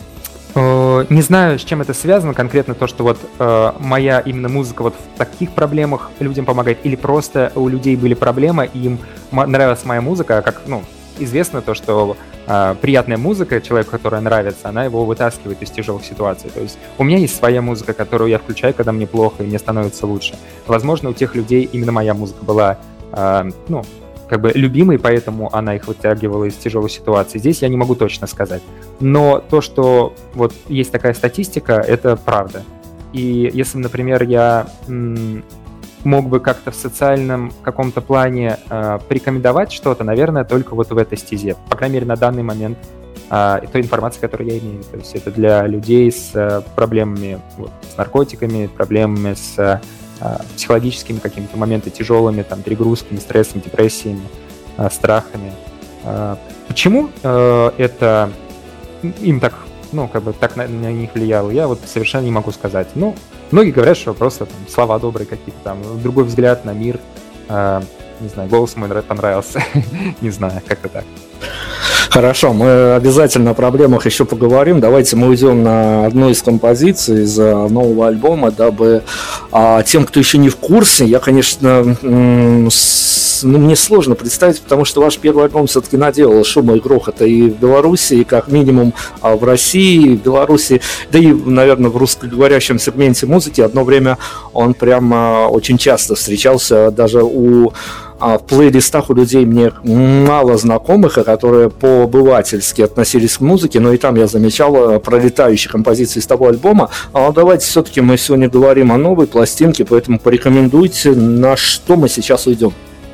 Не знаю, с чем это связано, конкретно то, что вот моя именно музыка вот в таких проблемах людям помогает, или просто у людей были проблемы, и им нравилась моя музыка, как, известно то, что приятная музыка человеку, которая нравится, она его вытаскивает из тяжелых ситуаций. То есть у меня есть своя музыка, которую я включаю, когда мне плохо и мне становится лучше. Возможно, у тех людей именно моя музыка была, как бы любимой, поэтому она их вытягивала из тяжелой ситуации. Здесь я не могу точно сказать. Но то, что вот есть такая статистика, это правда. И если, например, я мог бы как-то в социальном каком-то плане порекомендовать что-то, наверное, только вот в этой стезе. По крайней мере, на данный момент той информации, которую я имею. То есть это для людей с проблемами с наркотиками, проблемами с психологическими какими-то моментами тяжелыми, там, перегрузками, стрессом, депрессиями, страхами. Почему это им так, так на них влияло, я вот совершенно не могу сказать. Многие говорят, что просто там слова добрые какие-то, там, другой взгляд на мир, не знаю, голос мой понравился, не знаю, как-то так. Хорошо, мы обязательно о проблемах еще поговорим. Давайте мы уйдем на одну из композиций из нового альбома, дабы тем, кто еще не в курсе, я, конечно, мне сложно представить, потому что ваш первый альбом все-таки наделал шума и грохота и в Беларуси, и как минимум в России, в Беларуси, да и, наверное, в русскоговорящем сегменте музыки. Одно время он прям очень часто встречался даже в плейлистах у людей мне мало знакомых, которые по-обывательски относились к музыке, но и там я замечал пролетающие композиции из того альбома. Давайте все-таки мы сегодня говорим о новой пластинке, поэтому порекомендуйте, на что мы сейчас уйдем.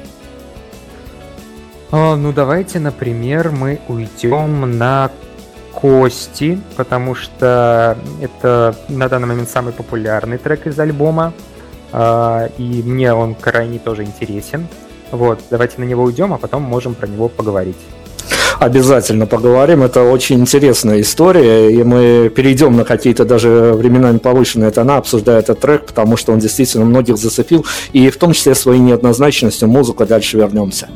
Давайте, например, мы уйдем на «Кости», потому что это на данный момент самый популярный трек из альбома, и мне он крайне тоже интересен. Давайте на него уйдем, а потом можем про него поговорить. Обязательно поговорим, это очень интересная история, и мы перейдем на какие-то даже временами повышенные тона, обсуждая этот трек, потому что он действительно многих зацепил, и в том числе своей неоднозначностью музыку. Дальше вернемся.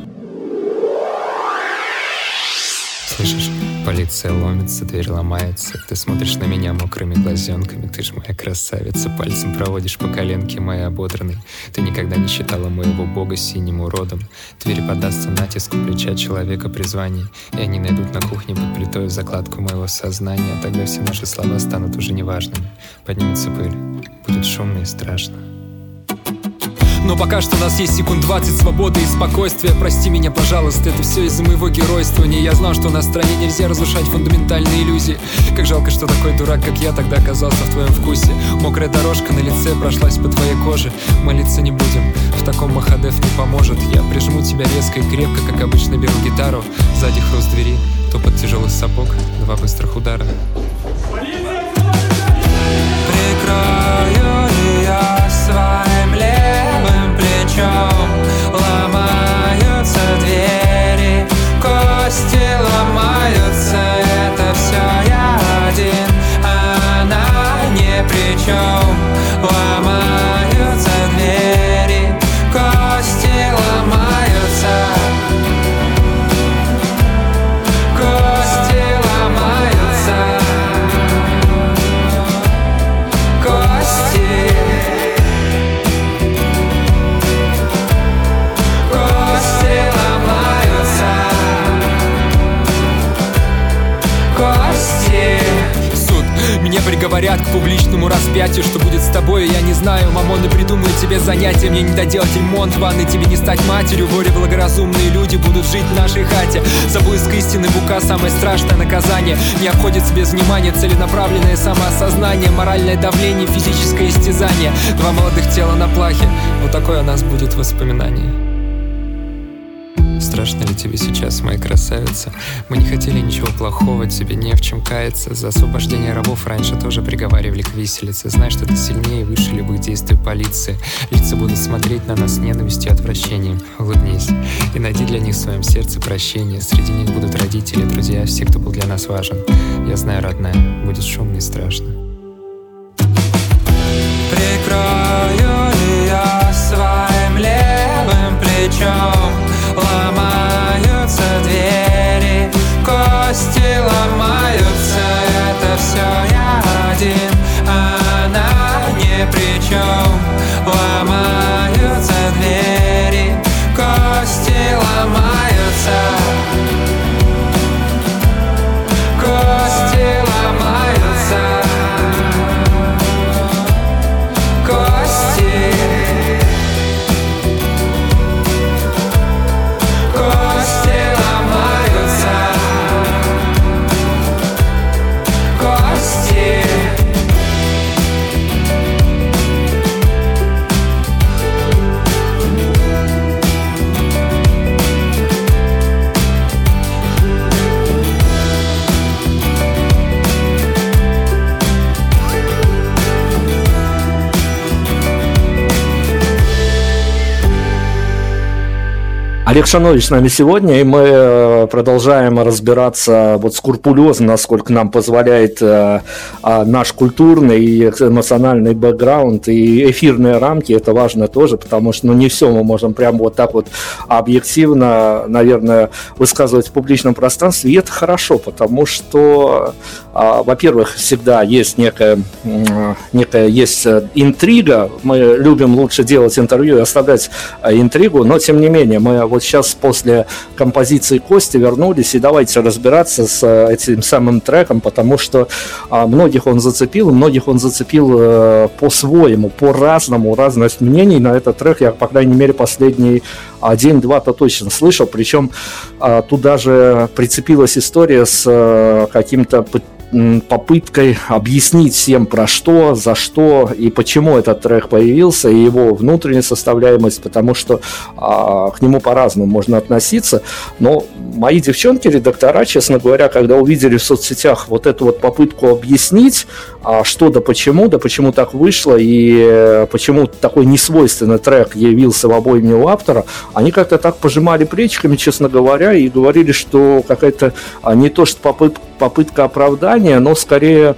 Слышишь, полиция ломится, дверь ломается. Ты смотришь на меня мокрыми глазенками. Ты ж моя красавица, пальцем проводишь по коленке моей ободранной. Ты никогда не считала моего бога синим уродом. Дверь подастся натиску плеча человека при звании, и они найдут на кухне под плитой закладку моего сознания. А тогда все наши слова станут уже неважными. Поднимется пыль, будет шумно и страшно. Но пока что у нас есть секунд 20 свободы и спокойствия. Прости меня, пожалуйста, это все из-за моего геройствования. Я знал, что на стране нельзя разрушать фундаментальные иллюзии. Как жалко, что такой дурак, как я, тогда оказался в твоем вкусе. Мокрая дорожка на лице прошлась по твоей коже. Молиться не будем, в таком Махадев не поможет. Я прижму тебя резко и крепко, как обычно беру гитару. Сзади хруст двери, топот тяжелых сапог, 2 быстрых удара. Прикрою ее своим левым плечом. Ломаются двери, кости ломаются. Это все я один, а она ни при чем. Ломаются двери, кости ломаются. Кости ломаются. Меня приговорят к публичному распятию. Что будет с тобой, я не знаю. Мамоны придумают тебе занятия. Мне не доделать ремонт в ванной, тебе не стать матерью. Горе благоразумные люди будут жить в нашей хате. За поиск истины бука самое страшное наказание. Не обходится без внимания целенаправленное самоосознание. Моральное давление, физическое истязание. 2 молодых тела на плахе. Вот такое у нас будет воспоминание. Страшно ли тебе сейчас, моя красавица? Мы не хотели ничего плохого, тебе не в чем каяться. За освобождение рабов раньше тоже приговаривали к виселице. Знай, что ты сильнее и выше любых действий полиции. Лица будут смотреть на нас с ненавистью и отвращением. Улыбнись и найди для них в своем сердце прощение. Среди них будут родители, друзья, все, кто был для нас важен. Я знаю, родная, будет шумно и страшно. Прикрою ее своим левым плечом. Ломаются двери, кости ломаются. Это все я Олег Шанович с нами сегодня, и мы продолжаем разбираться вот скрупулезно, насколько нам позволяет наш культурный и эмоциональный бэкграунд и эфирные рамки. Это важно тоже, потому что не все мы можем прямо вот так вот объективно, наверное, высказывать в публичном пространстве, и это хорошо, потому что, во-первых, всегда есть некая есть интрига. Мы любим лучше делать интервью и оставлять интригу, но тем не менее мы вот сейчас после композиции Кости вернулись, и давайте разбираться с этим самым треком, потому что многих он зацепил по-своему, по-разному, разность мнений на этот трек. Я, по крайней мере, последний день-два-то точно слышал, причем туда же прицепилась история с каким-то попыткой объяснить всем, про что, за что и почему этот трек появился, и его внутренняя составляемость, потому что к нему по-разному можно относиться. Но мои девчонки-редактора, честно говоря, когда увидели в соцсетях вот эту вот попытку объяснить, что да почему так вышло, и почему такой несвойственный трек явился в обойме у автора, они как-то так пожимали плечиками, честно говоря, и говорили, что какая-то не то что попытка оправдания, но скорее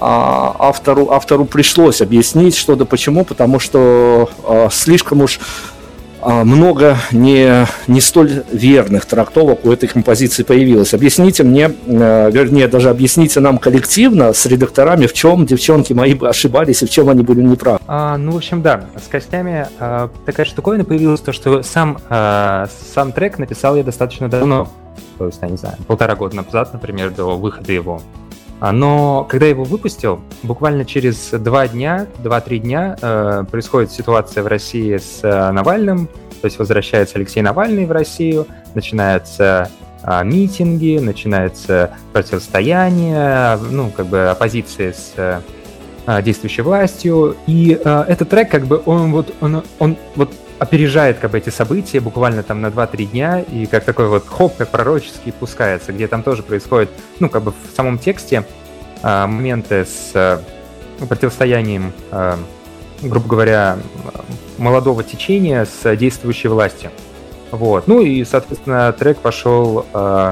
автору пришлось объяснить, что да почему, потому что слишком уж много не столь верных трактовок у этой композиции появилось. Объясните мне, вернее, даже объясните нам коллективно с редакторами, в чем девчонки мои ошибались и в чем они были неправы. В общем, да, с Костями такая штуковина появилась, то, что сам трек написал я достаточно давно, то есть, я не знаю, 1,5 года назад, например, до выхода его. Но когда я его выпустил, буквально через 2-3 дня происходит ситуация в России с Навальным, то есть возвращается Алексей Навальный в Россию, начинаются митинги, начинается противостояние, оппозиции с действующей властью, и этот трек, он опережает эти события буквально там на 2-3 дня, и как такой вот хоп, как пророческий пускается, где там тоже происходит, в самом тексте моменты с противостоянием, грубо говоря, молодого течения с действующей властью. Вот. И, соответственно, трек пошел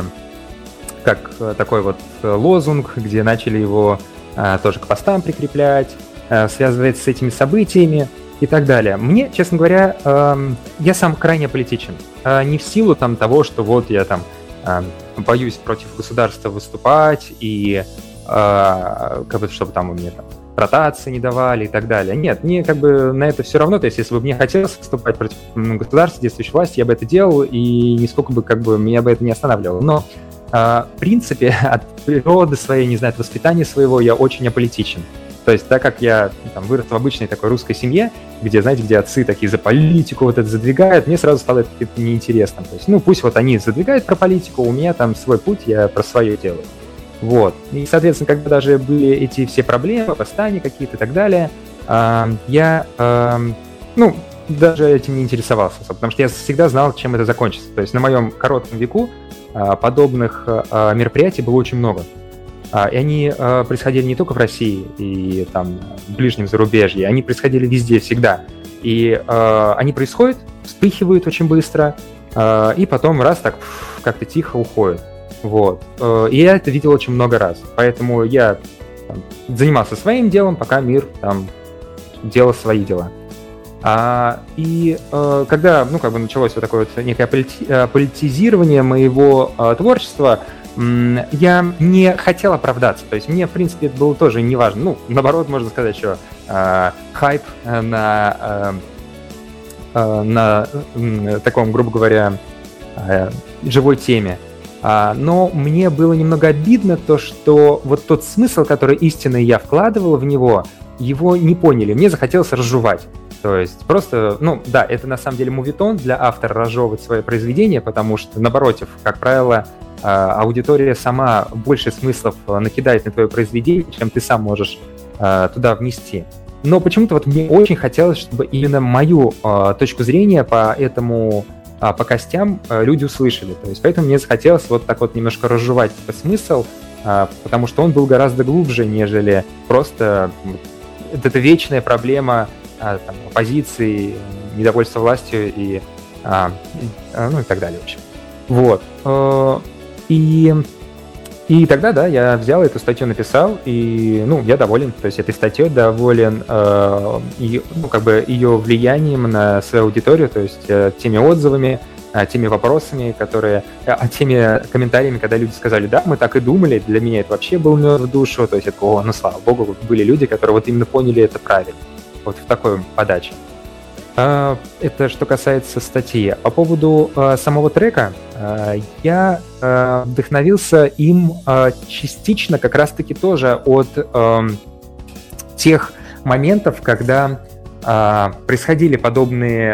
как такой вот лозунг, где начали его тоже к постам прикреплять, связывать с этими событиями и так далее. Мне, честно говоря, я сам крайне политичен. Не в силу того, что вот я боюсь против государства выступать, и чтобы там у меня ротации не давали и так далее. Нет, мне на это все равно. То есть, если бы мне хотелось выступать против государства, действующей власти, я бы это делал, и нисколько бы меня бы это не останавливало. Но в принципе, от природы своей, не знаю, от воспитания своего я очень аполитичен. То есть, так как я вырос в обычной такой русской семье, где отцы такие за политику вот это задвигают, мне сразу стало это неинтересно. То есть, пусть они задвигают про политику, у меня там свой путь, я про свое делаю. Вот. И, соответственно, когда даже были эти все проблемы, восстания какие-то и так далее, я, даже этим не интересовался, потому что я всегда знал, чем это закончится. То есть, на моем коротком веку подобных мероприятий было очень много. И они происходили не только в России и в ближнем зарубежье, они происходили везде, всегда. И они происходят, вспыхивают очень быстро, и потом раз так как-то тихо уходят. Вот. И я это видел очень много раз. Поэтому я занимался своим делом, пока мир делал свои дела. И когда началось вот такое вот некое политизирование моего творчества, я не хотел оправдаться. То есть мне, в принципе, это было тоже не важно. Наоборот, можно сказать, что хайп на таком, грубо говоря, живой теме. Но мне было немного обидно то, что вот тот смысл, который истинно я вкладывал в него, его не поняли. Мне захотелось разжевать. То есть просто, это на самом деле мувитон для автора разжевывать свое произведение, потому что, напротив, как правило, аудитория сама больше смыслов накидает на твое произведение, чем ты сам можешь туда внести. Но почему-то мне очень хотелось, чтобы именно мою точку зрения по костям люди услышали. То есть поэтому мне захотелось вот так вот немножко разжевать этот смысл, потому что он был гораздо глубже, нежели просто эта вечная проблема оппозиции, недовольства властью и ну и так далее, в общем. Вот. И тогда, да, я взял эту статью, написал, и, ну, я доволен, то есть этой статьей доволен, ну, как бы ее влиянием на свою аудиторию, то есть теми отзывами, теми вопросами, которые, теми комментариями, когда люди сказали, да, мы так и думали, для меня это вообще был мед в душу, то есть это, ну, слава богу, были люди, которые вот именно поняли это правильно, вот в такой подаче. Это что касается статьи. По поводу самого трека, я вдохновился им частично как раз-таки тоже от тех моментов, когда происходили подобные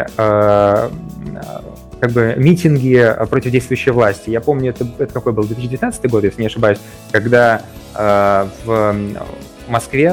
как бы митинги против действующей власти. Я помню, это какой был, 2019 год, если не ошибаюсь, когда в Москве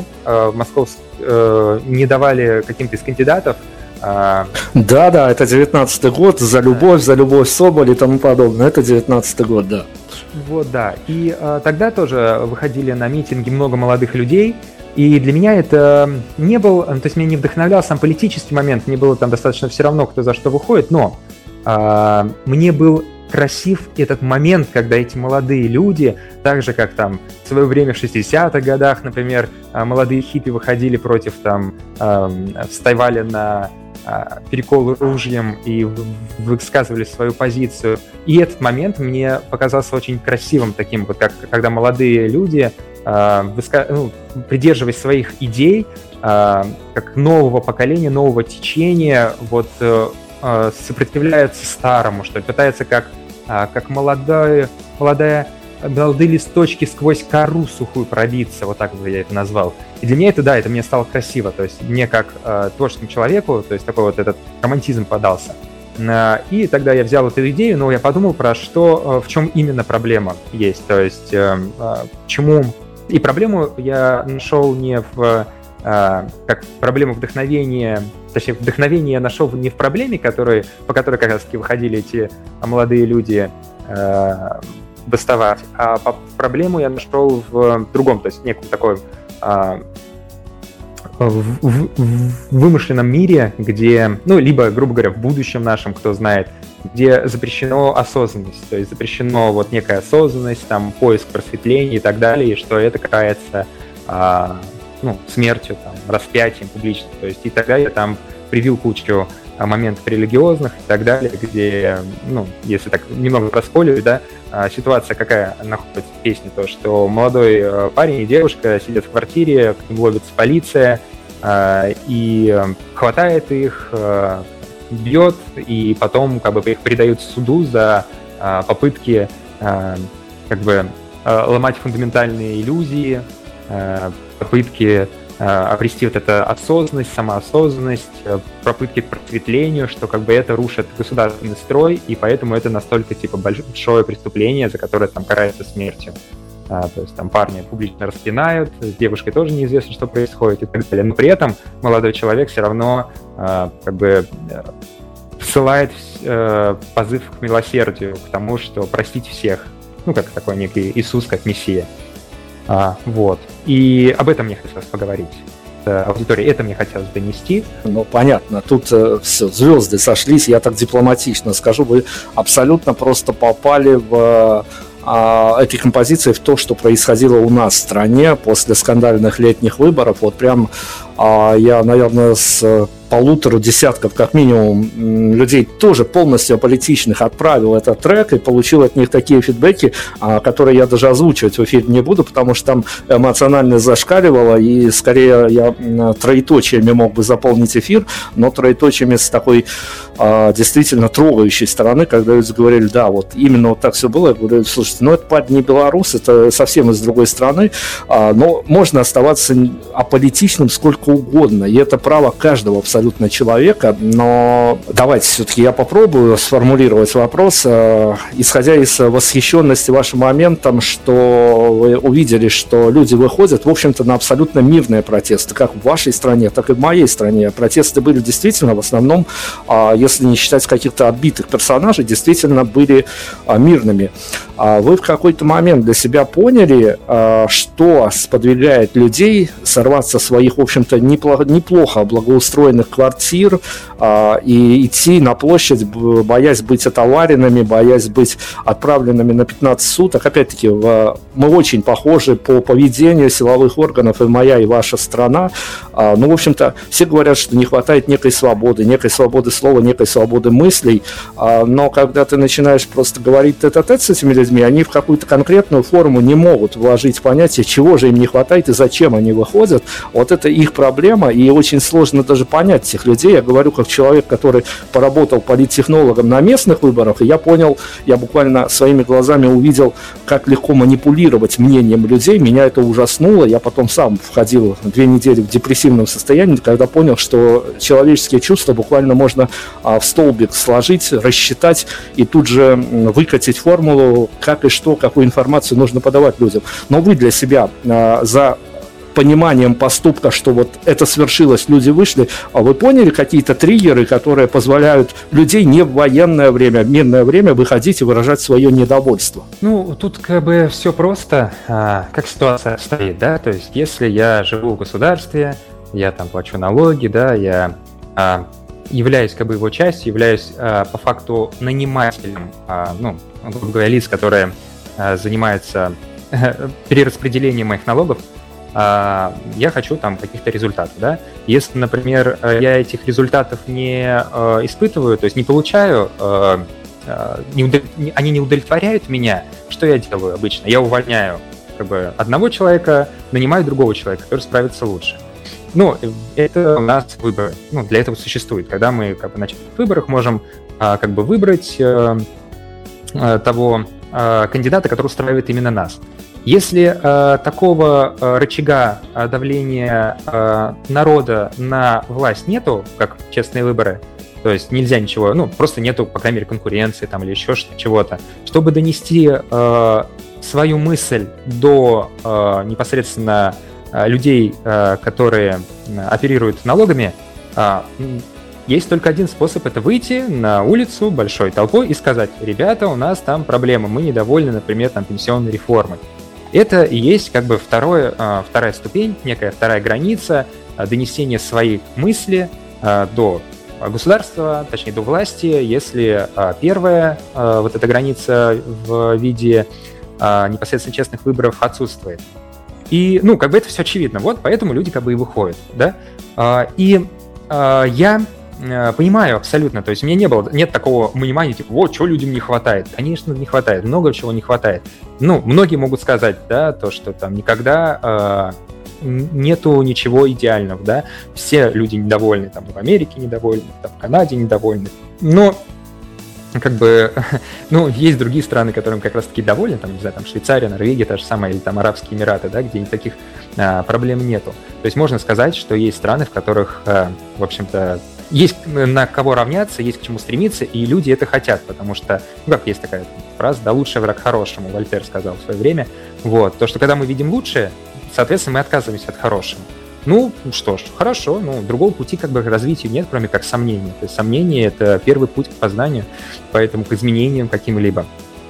не давали каким-то из кандидатов. Да, это 19-й год, за любовь Соболь и тому подобное. Это 19-й год, да. Вот, да. И тогда тоже выходили на митинги много молодых людей, и для меня это не был, то есть меня не вдохновлял сам политический момент, мне было там достаточно все равно, кто за что выходит, но мне был красив этот момент, когда эти молодые люди, так же, как там в свое время в 60-х годах, например, молодые хиппи выходили против, там, вставали на переколы ружьем и высказывали свою позицию. И этот момент мне показался очень красивым, таким вот, как когда молодые люди, придерживаясь своих идей, как нового поколения, нового течения, вот сопротивляются старому, что ли, пытаются как молодые листочки сквозь кору сухую пробиться, вот так бы я это назвал. И для меня это, да, это мне стало красиво, то есть мне как творческому человеку, то есть такой вот этот романтизм подался. И тогда я взял эту идею, но я подумал в чем именно проблема есть, то есть почему... И проблему я нашел не как проблему вдохновения, точнее, вдохновение я нашел не в проблеме, по которой как раз-таки выходили эти молодые люди бастовать, а проблему я нашел в другом, то есть в неком такой в вымышленном мире, где, ну, либо, грубо говоря, в будущем нашем, кто знает, где запрещено осознанность, то есть запрещено вот некая осознанность, там, поиск просветления и так далее, и что это карается смертью, там, распятием публичным, то есть и тогда я там привил кучу моментов религиозных и так далее, где, ну, если так немного проспойлерить, да, ситуация какая находится в песне, то, что молодой парень и девушка сидят в квартире, к ним ловится полиция, и хватает их, бьет, и потом как бы их передают суду за попытки как бы ломать фундаментальные иллюзии, попытки обрести вот эту осознанность, самоосознанность, попытки к просветлению, что как бы это рушит государственный строй, и поэтому это настолько типа большое преступление, за которое там карается смертью. То есть там парня публично распинают, с девушкой тоже неизвестно, что происходит и так далее. Но при этом молодой человек все равно как бы посылает позыв к милосердию, к тому, что простить всех. Ну, как такой некий Иисус, как Мессия. Вот. И об этом мне хотелось поговорить с аудиторией. Это мне хотелось донести. Ну, понятно. Тут все, звезды сошлись. Я так дипломатично скажу. Вы абсолютно просто попали в этой композиции в то, что происходило у нас в стране после скандальных летних выборов. Вот прям я, наверное, с 1,5 десятков, как минимум, людей тоже полностью аполитичных отправил этот трек и получил от них такие фидбэки, которые я даже озвучивать в эфире не буду, потому что там эмоционально зашкаливало, и скорее я троеточиями мог бы заполнить эфир, но троеточиями с такой действительно трогающей стороны, когда люди говорили, да, вот именно вот так все было. Я говорю, слушайте, ну это парень не белорус, это совсем из другой страны, но можно оставаться аполитичным сколько угодно, и это право каждого абсолютно человека, но давайте все-таки я попробую сформулировать вопрос, исходя из восхищенности вашим моментом, что вы увидели, что люди выходят, в общем-то, на абсолютно мирные протесты, как в вашей стране, так и в моей стране. Протесты были действительно в основном, если не считать каких-то отбитых персонажей, действительно были мирными. Вы в какой-то момент для себя поняли, что сподвигает людей сорваться с своих, в общем-то, неплохо благоустроенных квартир и идти на площадь, боясь быть отоваренными, боясь быть отправленными на 15 суток. Опять-таки, мы очень похожи по поведению силовых органов, и моя, и ваша страна. Ну, в общем-то, все говорят, что не хватает некой свободы слова, некой свободы мыслей, но когда ты начинаешь просто говорить тет-а-тет с этими людьми, они в какую-то конкретную форму не могут вложить понятие, чего же им не хватает и зачем они выходят. Вот это их проблема, и очень сложно даже понять этих людей. Я говорю как человек, который поработал политтехнологом на местных выборах, и я понял, я буквально своими глазами увидел, как легко манипулировать мнением людей. Меня это ужаснуло. Я потом сам входил 2 недели в депрессивном состоянии, когда понял, что человеческие чувства буквально можно в столбик сложить, рассчитать и тут же выкатить формулу, как и что, какую информацию нужно подавать людям. Но вы для себя за пониманием поступка, что вот это свершилось, люди вышли, а вы поняли какие-то триггеры, которые позволяют людей не в военное время, в мирное время выходить и выражать свое недовольство? Ну, тут как бы все просто, как ситуация стоит, да, то есть если я живу в государстве, я там плачу налоги, да, я являюсь как бы его частью, являюсь по факту нанимателем, ну, грубо говоря, лиц, которые занимаются перераспределением моих налогов, я хочу там каких-то результатов, да. Если, например, я этих результатов не испытываю, то есть не получаю, они не удовлетворяют меня, что я делаю обычно? Я увольняю как бы одного человека, нанимаю другого человека, который справится лучше. Ну, это у нас выборы. Ну, для этого существует. Когда мы как бы на выборах можем как бы выбрать того кандидата, который устраивает именно нас. Если такого рычага давления народа на власть нету, как честные выборы, то есть нельзя ничего, ну, просто нету, по крайней мере, конкуренции там или еще чего-то, чтобы донести свою мысль до непосредственно людей, которые оперируют налогами, есть только один способ — это выйти на улицу большой толпой и сказать: ребята, у нас там проблема, мы недовольны, например, там, пенсионной реформой. Это и есть как бы вторая ступень, некая вторая граница донесения своей мысли до государства, точнее до власти, если первая вот эта граница в виде непосредственно честных выборов отсутствует. И, ну, как бы это все очевидно, вот, поэтому люди как бы и выходят, да. И я понимаю абсолютно, то есть у меня нет такого понимания, типа, вот, чего людям не хватает. Конечно, не хватает, много чего не хватает. Ну, многие могут сказать, да, то, что там никогда нету ничего идеального, да, все люди недовольны, там, в Америке недовольны, там, в Канаде недовольны, но как бы, ну, есть другие страны, которым как раз-таки довольны, там, не знаю, там, Швейцария, Норвегия, та же самая, или там Арабские Эмираты, да, где таких проблем нету. То есть можно сказать, что есть страны, в которых, в общем-то, есть на кого равняться, есть к чему стремиться, и люди это хотят, потому что, ну, как есть такая фраза, да, лучший враг хорошему, Вольтер сказал в свое время, вот, то, что когда мы видим лучшее, соответственно, мы отказываемся от хорошего. Ну, что ж, хорошо, ну, другого пути как бы к развитию нет, кроме как сомнения. То есть сомнение — это первый путь к познанию, поэтому к изменениям каким-либо.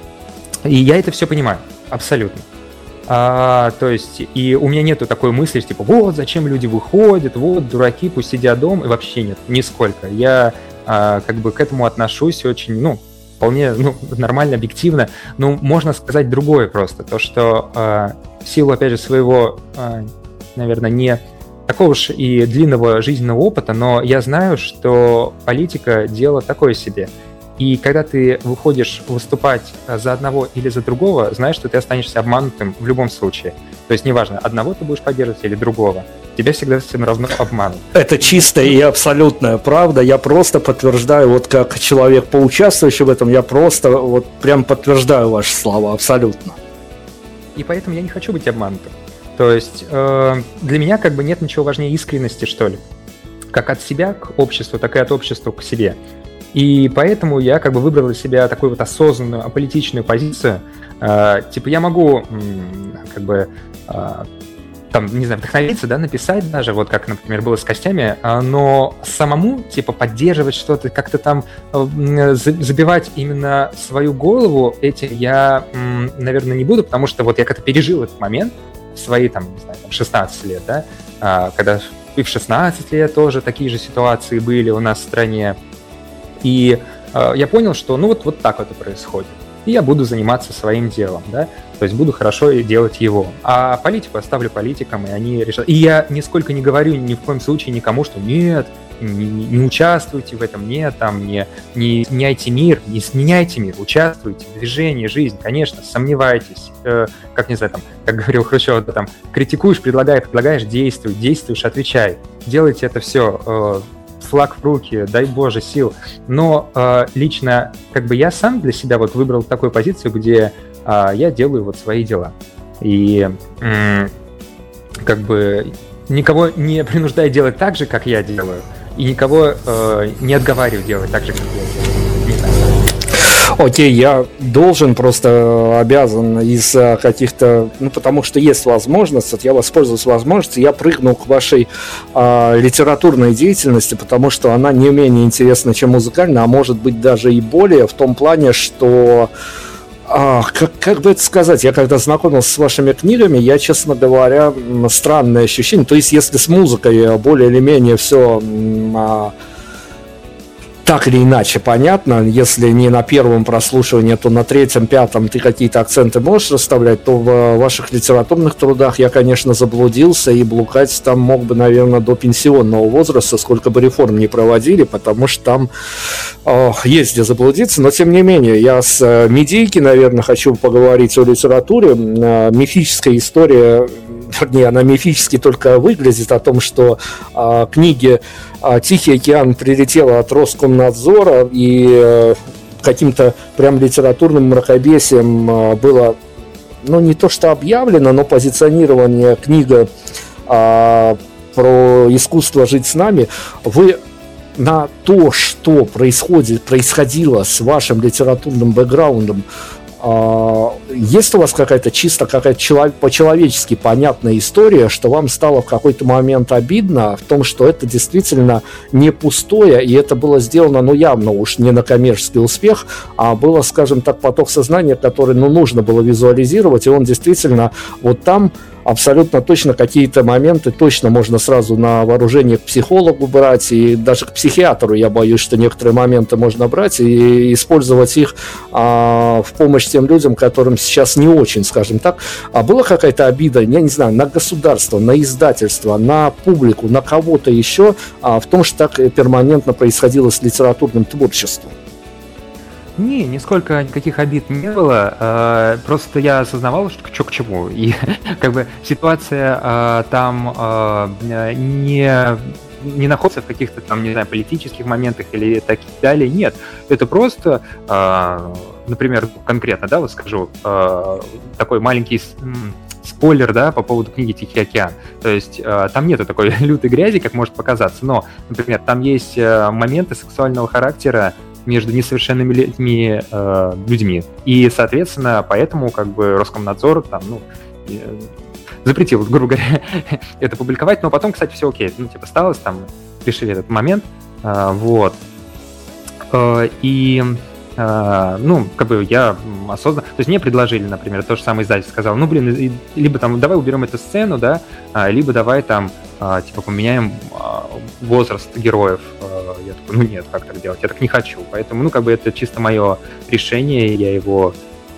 И я это все понимаю, абсолютно. То есть, и у меня нету такой мысли, типа, вот, зачем люди выходят, вот, дураки, пусть сидят дома, и вообще нет, нисколько. Я как бы к этому отношусь очень, ну, вполне, ну, нормально, объективно, но можно сказать другое просто, то, что в силу, опять же, своего, наверное, не такого уж и длинного жизненного опыта, но я знаю, что политика — дело такое себе. И когда ты выходишь выступать за одного или за другого, знаешь, что ты останешься обманутым в любом случае. То есть неважно, одного ты будешь поддерживать или другого, тебя всегда всем равно обманут. Это чистая и абсолютная правда. Я просто подтверждаю, вот как человек, поучаствующий в этом, я просто вот прям подтверждаю ваши слова абсолютно. И поэтому я не хочу быть обманутым. То есть для меня как бы нет ничего важнее искренности, что ли. Как от себя к обществу, так и от общества к себе. И поэтому я как бы выбрал для себя такую вот осознанную, аполитичную позицию. Типа я могу как бы там, не знаю, вдохновиться, да, написать даже, вот как, например, было с Костями, но самому, типа, поддерживать что-то, как-то там забивать именно свою голову этим я, наверное, не буду, потому что вот я как-то пережил этот момент в свои, там, не знаю, там, 16 лет, да, когда и в 16 лет тоже такие же ситуации были у нас в стране. И я понял, что ну вот так вот и происходит. И я буду заниматься своим делом, да, то есть буду хорошо делать его. А политику оставлю политикам, и они решат. И я нисколько не говорю ни в коем случае никому, что нет, не участвуйте в этом, нет, там, не меняйте мир, не сменяйте мир, участвуйте в движении, жизнь, конечно, сомневайтесь, как, не знаю, там, как говорил Хрущев, да, там, критикуешь, предлагаешь, действуй, действуешь, отвечай, делайте это все, флаг в руки, дай Боже, сил. Но лично как бы я сам для себя вот выбрал такую позицию, где я делаю вот свои дела. И как бы никого не принуждаю делать так же, как я делаю, и никого не отговариваю делать так же, как я делаю. Не знаю. Окей, я должен, просто обязан из каких-то... Ну, потому что есть возможность, вот я воспользуюсь возможностью, я прыгну к вашей литературной деятельности, потому что она не менее интересна, чем музыкальная, а может быть даже и более, в том плане, что... как бы это сказать, я когда знакомился с вашими книгами, я, честно говоря, странное ощущение, то есть если с музыкой более или менее все... так или иначе понятно, если не на первом прослушивании, то на третьем, пятом ты какие-то акценты можешь расставлять, то в ваших литературных трудах я, конечно, заблудился, и блукать там мог бы, наверное, до пенсионного возраста, сколько бы реформ не проводили, потому что там есть где заблудиться, но тем не менее, я с медийки, наверное, хочу поговорить о литературе. Мифическая история, вернее, она мифически только выглядит, о том, что книги «Тихий океан» прилетела от Роскомнадзора, и каким-то прям литературным мракобесием было, ну, не то что объявлено, но позиционирование книга про искусство жить с нами. Вы на то, что происходило с вашим литературным бэкграундом, есть у вас какая-то по-человечески понятная история, что вам стало в какой-то момент обидно в том, что это действительно не пустое, и это было сделано, ну, явно уж не на коммерческий успех, а было, скажем так, поток сознания, который, ну, нужно было визуализировать, и он действительно вот там абсолютно точно какие-то моменты точно можно сразу на вооружение к психологу брать, и даже к психиатру, я боюсь, что некоторые моменты можно брать и использовать их в помощь тем людям, которым сейчас не очень, скажем так. А была какая-то обида, я не знаю, на государство, на издательство, на публику, на кого-то еще в том, что так перманентно происходило с литературным творчеством? Не, нисколько никаких обид не было, просто я осознавал, что к чему, и как бы ситуация там не находится в каких-то там, не знаю, политических моментах или так далее, нет, это просто, например, конкретно, да, вот скажу, такой маленький спойлер, да, по поводу книги «Тихий океан». То есть там нету такой лютой грязи, как может показаться, но, например, там есть моменты сексуального характера между несовершенными людьми. И, соответственно, поэтому как бы Роскомнадзор там, ну, запретил, грубо говоря, это публиковать. Но потом, кстати, все окей. Ну, типа, осталось, там, решили этот момент. Вот. И, ну, как бы я осознанно... То есть мне предложили, например, то же самое издатель сказал, ну, блин, либо там давай уберем эту сцену, да, либо давай там, типа, поменяем возраст героев. Я такой, ну нет, как так делать? Я так не хочу. Поэтому, ну, как бы это чисто мое решение, я его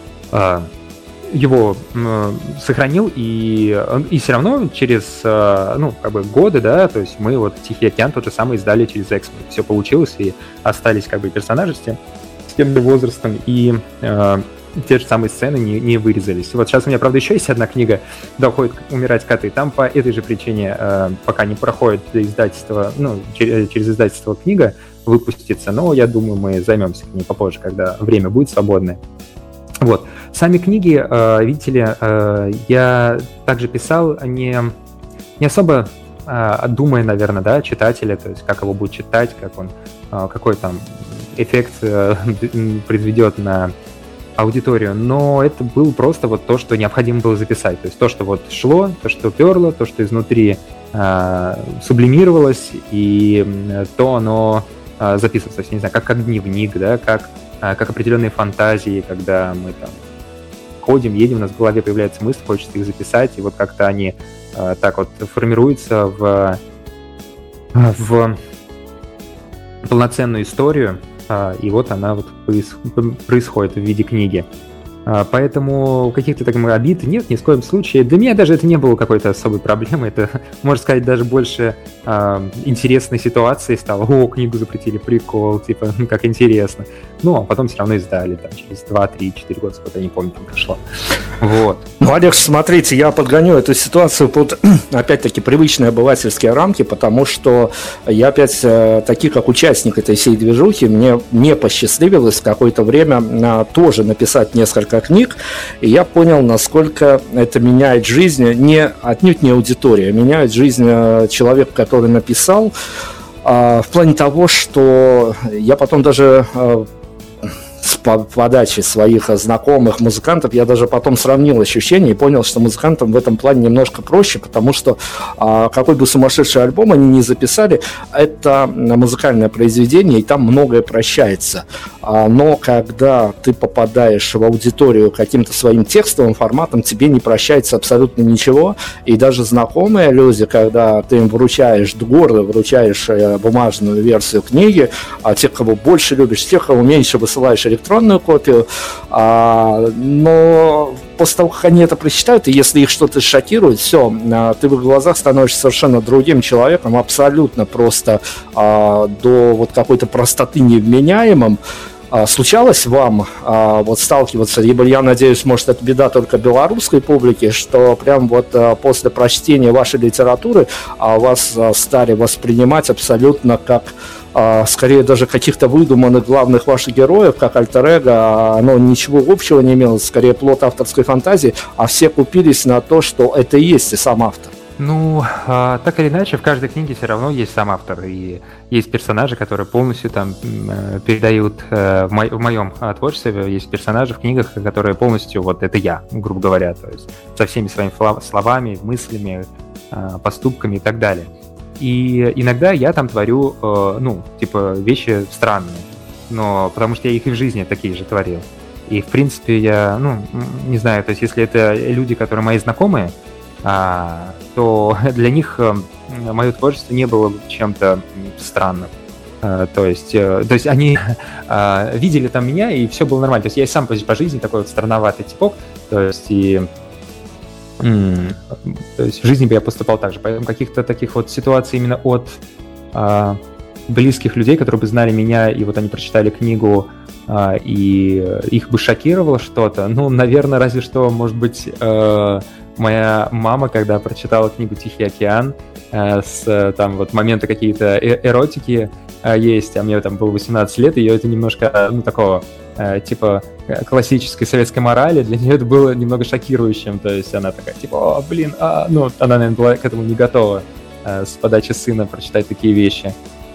сохранил, и все равно через, ну, как бы годы, да, то есть мы вот «Тихий океан» тот же самый издали через Эксмо. Все получилось, и остались как бы персонажи с тем же возрастом, и те же самые сцены не вырезались. Вот сейчас у меня, правда, еще есть одна книга «Да уходят умирать коты». Там по этой же причине пока не проходит издательство, ну, через издательство книга выпустится, но я думаю, мы займемся к ней попозже, когда время будет свободное. Вот. Сами книги, видите ли, я также писал не особо думая, наверное, да, читателя, то есть как его будет читать, как он, какой там эффект произведет на аудиторию, но это было просто вот то, что необходимо было записать, то есть то, что вот шло, то, что перло, то, что изнутри сублимировалось, и то оно записывалось, то есть, не знаю, как дневник, да, как определенные фантазии, когда мы там ходим, едем, у нас в голове появляются мысли, хочется их записать, и вот как-то они так вот формируются в в полноценную историю, и вот она вот происходит в виде книги. Поэтому каких-то так обид нет ни в коем случае. Для меня даже это не было какой-то особой проблемой. Это, можно сказать, даже больше интересной ситуации стало. О, книгу запретили, прикол, типа, как интересно. Ну, а потом все равно издали, там, через 2, 3, 4 года, сколько я не помню, там прошло. Вот. Ну, Олег, смотрите, я подгоню эту ситуацию под, опять-таки, привычные обывательские рамки, потому что я, опять-таки, как участник этой всей движухи, мне не посчастливилось в какое-то время тоже написать несколько книг, и я понял, насколько это меняет жизнь, отнюдь не аудитория, меняет жизнь человека, который написал, в плане того, что я потом даже с подачи своих знакомых музыкантов, я даже потом сравнил ощущения и понял, что музыкантам в этом плане немножко проще, потому что какой бы сумасшедший альбом они ни записали, это музыкальное произведение, и там многое прощается. Но когда ты попадаешь в аудиторию каким-то своим текстовым форматом, тебе не прощается абсолютно ничего, и даже знакомые люди, когда ты им вручаешь гордо, вручаешь бумажную версию книги, тех, кого больше любишь, тех, кого меньше, высылаешь электронную копию, но после того, как они это прочитают, и если их что-то шокирует, все, ты в их глазах становишься совершенно другим человеком, абсолютно просто до вот какой-то простоты невменяемым. Случалось вам вот сталкиваться, ибо я надеюсь, может, это беда только белорусской публики, что прям вот после прочтения вашей литературы вас стали воспринимать абсолютно как скорее даже каких-то выдуманных главных ваших героев, как альтер-эго, оно ничего общего не имело, скорее плод авторской фантазии, а все купились на то, что это и есть и сам автор. Ну, так или иначе, в каждой книге все равно есть сам автор, и есть персонажи, которые полностью там передают, в моем творчестве есть персонажи в книгах, которые полностью, вот это я, грубо говоря, то есть со всеми своими словами, мыслями, поступками и так далее. И иногда я там творю, вещи странные, но потому что я их и в жизни такие же творил. И, в принципе, я, не знаю, то есть если это люди, которые мои знакомые, то для них мое творчество не было чем-то странным. То есть они видели там меня, и все было нормально. То есть я и сам по жизни такой вот странноватый типок. То есть в жизни бы я поступал так же. Поэтому каких-то таких вот ситуаций именно от близких людей, которые бы знали меня, и вот они прочитали книгу, и их бы шокировало что-то. Ну, наверное, разве что, может быть, моя мама, когда прочитала книгу «Тихий океан», с там вот моменты какие-то эротики есть, а мне там было 18 лет, и ее это немножко, такого, типа, классической советской морали, для нее это было немного шокирующим, то есть она такая, типа, она, наверное, была к этому не готова с подачи сына прочитать такие вещи.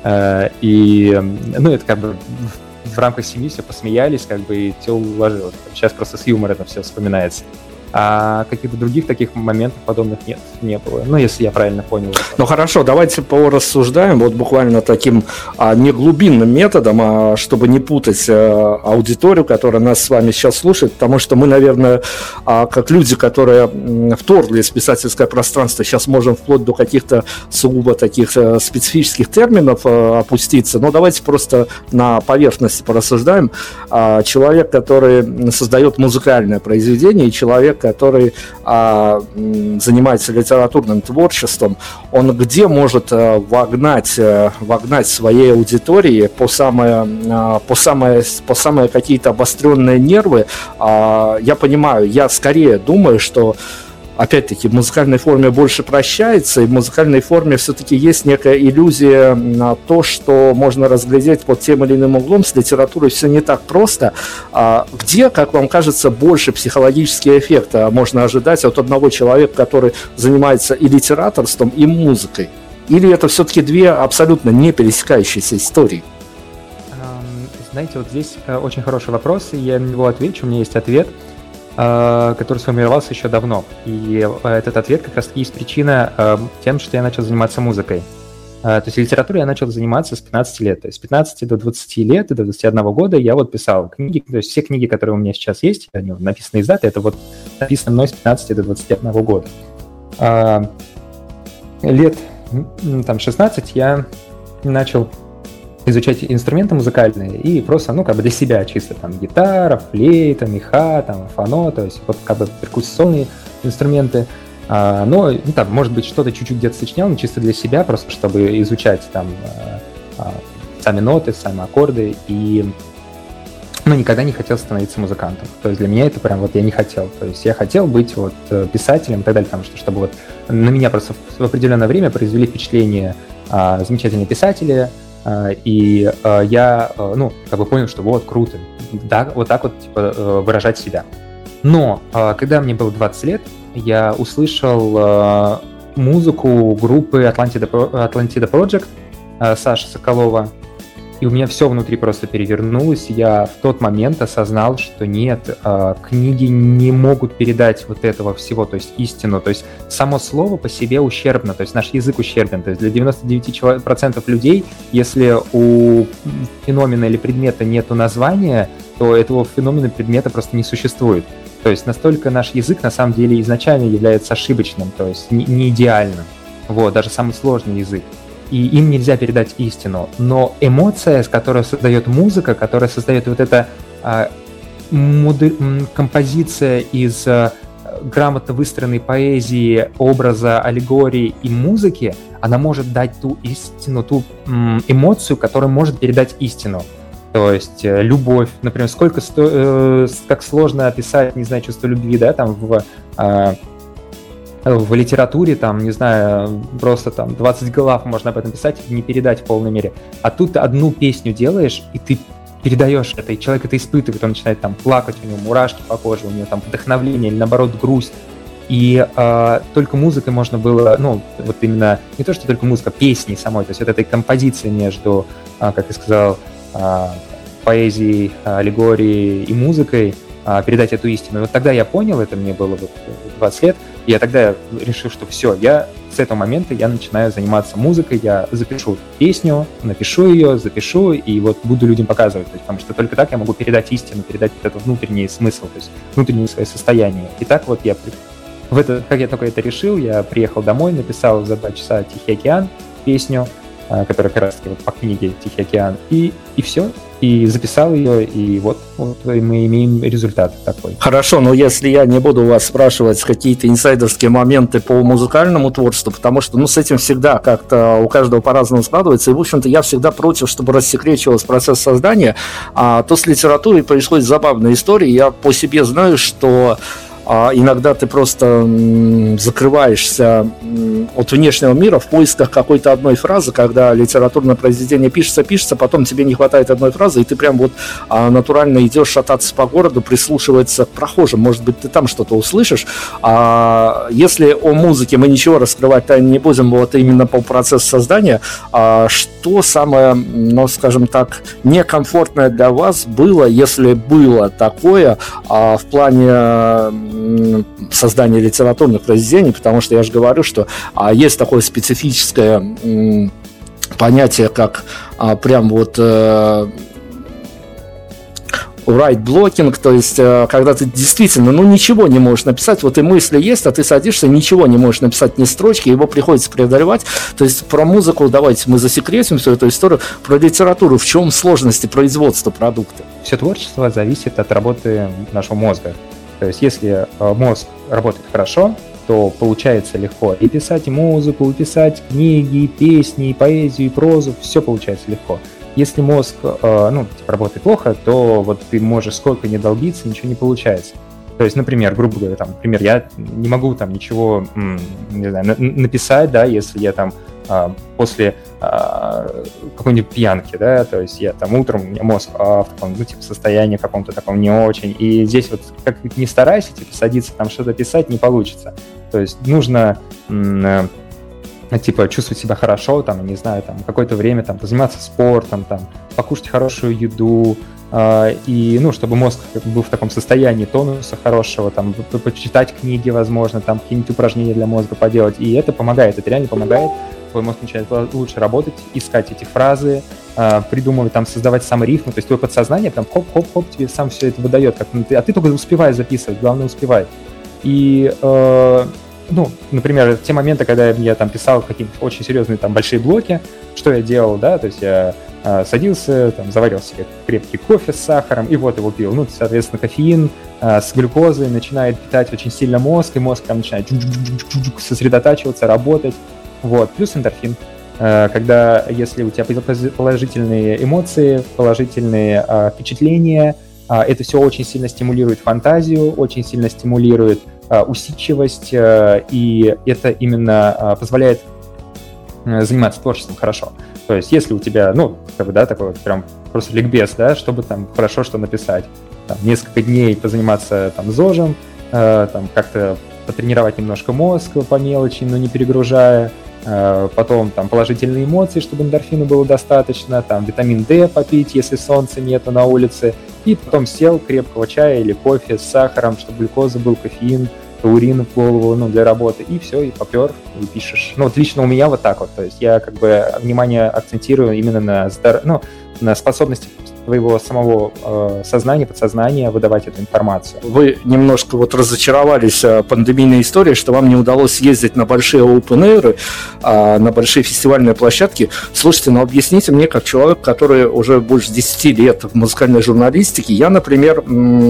И, это как бы в рамках семьи все посмеялись, как бы, и все уложилось. Сейчас просто с юмором это все вспоминается. А каких-то других таких моментов подобных не было. Если я правильно понял. Ну хорошо, давайте порассуждаем вот буквально таким не глубинным методом, чтобы не путать аудиторию, которая нас с вами сейчас слушает, потому что мы, наверное, как люди, которые вторглись в писательское пространство, сейчас можем вплоть до каких-то сугубо таких специфических терминов опуститься, но давайте просто на поверхности порассуждаем. Человек, который создает музыкальное произведение, и человек, который занимается литературным творчеством, он где может вогнать своей аудитории по самые какие-то обостренные нервы. Я понимаю, я скорее думаю, что опять-таки в музыкальной форме больше прощается, и в музыкальной форме все-таки есть некая иллюзия на то, что можно разглядеть под тем или иным углом. С литературой все не так просто. Где, как вам кажется, больше психологический эффект можно ожидать от одного человека, который занимается и литераторством, и музыкой? Или это все-таки две абсолютно не пересекающиеся истории? Знаете, вот здесь очень хороший вопрос, и я на него отвечу, у меня есть ответ, который сформировался еще давно. И этот ответ как раз есть причина тем, что я начал заниматься музыкой. То есть литературой я начал заниматься с 15 лет. То есть с 15 до 20 лет и до 21 года я вот писал книги. То есть все книги, которые у меня сейчас есть, они написаны из даты, это вот написано мной с 15 до 21 года. Лет там 16 я начал изучать инструменты музыкальные и просто, для себя чисто, там, гитара, флейта, меха, там, фано, то есть вот перкуссионные инструменты. Там, может быть, что-то чуть-чуть где-то сочинял, но чисто для себя, просто чтобы изучать там сами ноты, сами аккорды, и никогда не хотел становиться музыкантом. То есть для меня это прям я не хотел. То есть я хотел быть писателем и так далее, потому что чтобы на меня просто в определенное время произвели впечатление замечательные писатели, и я, понял, что круто, да, вот так выражать себя. Но когда мне было 20 лет, я услышал музыку группы Atlantida Project Саши Соколова, и у меня все внутри просто перевернулось. Я в тот момент осознал, что нет, книги не могут передать этого всего, то есть истину. То есть само слово по себе ущербно, то есть наш язык ущербен. То есть для 99% людей, если у феномена или предмета нету названия, то этого феномена предмета просто не существует. То есть настолько наш язык на самом деле изначально является ошибочным, то есть не идеальным. Даже самый сложный язык. И им нельзя передать истину. Но эмоция, которую создает музыка, которая создает эта композиция из грамотно выстроенной поэзии, образа, аллегории и музыки, она может дать ту истину, ту эмоцию, которая может передать истину. То есть любовь, например, как сложно описать, не знаю, чувство любви, да, там в литературе, там, не знаю, просто там 20 глав можно об этом писать и не передать в полной мере. А тут ты одну песню делаешь, и ты передаешь это, и человек это испытывает, он начинает там плакать, у него мурашки по коже, у него там вдохновление или наоборот грусть. И только музыкой можно было, именно, не то, что только музыка, песни самой, то есть этой композиции между, как я сказал, поэзией, аллегорией и музыкой, передать эту истину. И тогда я понял, это мне было 20 лет, и я тогда решил, что все, с этого момента я начинаю заниматься музыкой, я запишу песню, напишу ее, запишу, и буду людям показывать, то есть, потому что только так я могу передать истину, передать этот внутренний смысл, то есть внутреннее свое состояние. И так как я только это решил, я приехал домой, написал за 2 часа «Тихий океан» песню, которая как раз по книге «Тихий океан», и все. И записал ее, и мы имеем результат такой. Хорошо, но если я не буду вас спрашивать какие-то инсайдерские моменты по музыкальному творчеству, потому что, с этим всегда как-то у каждого по-разному складывается, и, в общем-то, я всегда против, чтобы рассекречивался процесс создания, то с литературой происходит забавная история. Я по себе знаю, что иногда ты просто закрываешься от внешнего мира в поисках какой-то одной фразы, когда литературное произведение пишется, потом тебе не хватает одной фразы, и ты прям натурально идешь шататься по городу, прислушиваться к прохожим, может быть, ты там что-то услышишь. Если о музыке мы ничего раскрывать не будем, именно по процессу создания, что самое, скажем так, некомфортное для вас было, если было такое, в плане создания литературных произведений, потому что я же говорю, что есть такое специфическое понятие, как write-blocking, то есть когда ты действительно ничего не можешь написать, и мысли есть, а ты садишься, ничего не можешь написать, ни строчки, его приходится преодолевать. То есть про музыку давайте мы засекретим всю эту историю, про литературу, в чем сложности производства продукта? Все творчество зависит от работы нашего мозга. То есть если мозг работает хорошо, то получается легко и писать и музыку, и писать книги, и песни, и поэзию, и прозу, все получается легко. Если мозг работает плохо, то ты можешь сколько ни долбиться, ничего не получается. То есть, например, грубо говоря, я не могу ничего, не знаю, написать, да, если я после какой-нибудь пьянки, да, то есть я утром, у меня мозг в таком, состоянии каком-то таком не очень, и здесь как не старайся, садиться что-то писать, не получится. То есть нужно чувствовать себя хорошо, не знаю, какое-то время позаниматься спортом, покушать хорошую еду, и, чтобы мозг был в таком состоянии тонуса хорошего, почитать книги, возможно, какие-нибудь упражнения для мозга поделать, и это помогает, это реально помогает. Твой мозг начинает лучше работать, искать эти фразы, придумывать, создавать сам рифмы, то есть твое подсознание хоп-хоп-хоп тебе сам все это выдает, а ты только успеваешь записывать, главное успевай. И ну, например, те моменты, когда я там писал какие-то очень серьезные там большие блоки, что я делал, да, то есть я садился, там, заварил себе крепкий кофе с сахаром, и вот его пил. Ну, соответственно, кофеин с глюкозой начинает питать очень сильно мозг, и мозг там начинает сосредотачиваться, работать. Вот, плюс эндорфин. Когда, если у тебя положительные эмоции, положительные впечатления, это все очень сильно стимулирует фантазию, очень сильно стимулирует усидчивость, и это именно позволяет заниматься творчеством хорошо. То есть, если у тебя, ну, как бы, да, такой вот прям просто ликбез, да, чтобы там хорошо что написать, там, несколько дней позаниматься там ЗОЖем, там, как-то потренировать немножко мозг по мелочи, но не перегружая, потом там положительные эмоции, чтобы эндорфина было достаточно, там витамин D попить, если солнца нету на улице, и потом сел крепкого чая или кофе с сахаром, чтобы глюкоза был, кофеин, таурин в голову, ну, для работы, и все, и попер, и пишешь. Ну, вот лично у меня вот так вот, то есть я как бы внимание акцентирую именно на способности твоего самого сознания, подсознания выдавать эту информацию. Вы немножко вот разочаровались пандемийной историей, что вам не удалось съездить на большие open-air, на большие фестивальные площадки. Слушайте, ну объясните мне, как человек, который уже больше 10 лет в музыкальной журналистике, я, например,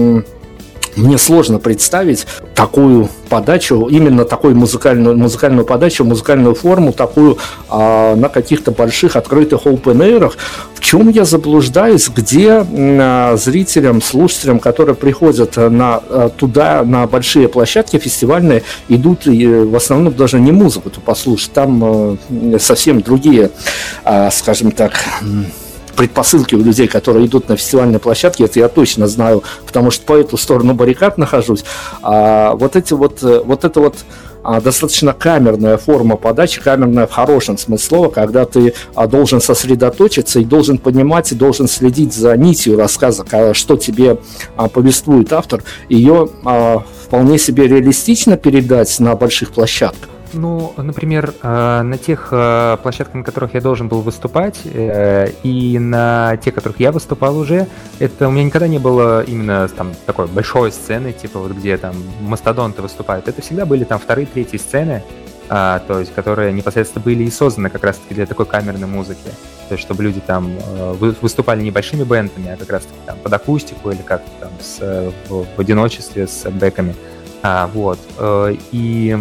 мне сложно представить такую подачу, именно такую музыкальную подачу, музыкальную форму, такую на каких-то больших открытых open-air'ах. В чем я заблуждаюсь, где зрителям, слушателям, которые приходят туда, на большие площадки фестивальные, идут в основном даже не музыку-то послушать, там совсем другие, скажем так, предпосылки у людей, которые идут на фестивальные площадки, это я точно знаю, потому что по эту сторону баррикад нахожусь. Вот это достаточно камерная форма подачи, камерная в хорошем смысле слова, когда ты должен сосредоточиться и должен понимать, и должен следить за нитью рассказа, что тебе повествует автор, ее вполне себе реалистично передать на больших площадках. Ну, например, на тех площадках, на которых я должен был выступать, и на тех, которых я выступал уже, это у меня никогда не было именно там такой большой сцены, типа вот где там мастодонты выступают. Это всегда были там вторые, третьи сцены, то есть которые непосредственно были и созданы как раз-таки для такой камерной музыки. То есть чтобы люди там выступали не большими бэндами, а как раз-таки там под акустику или как-то там в одиночестве с бэками. Вот. И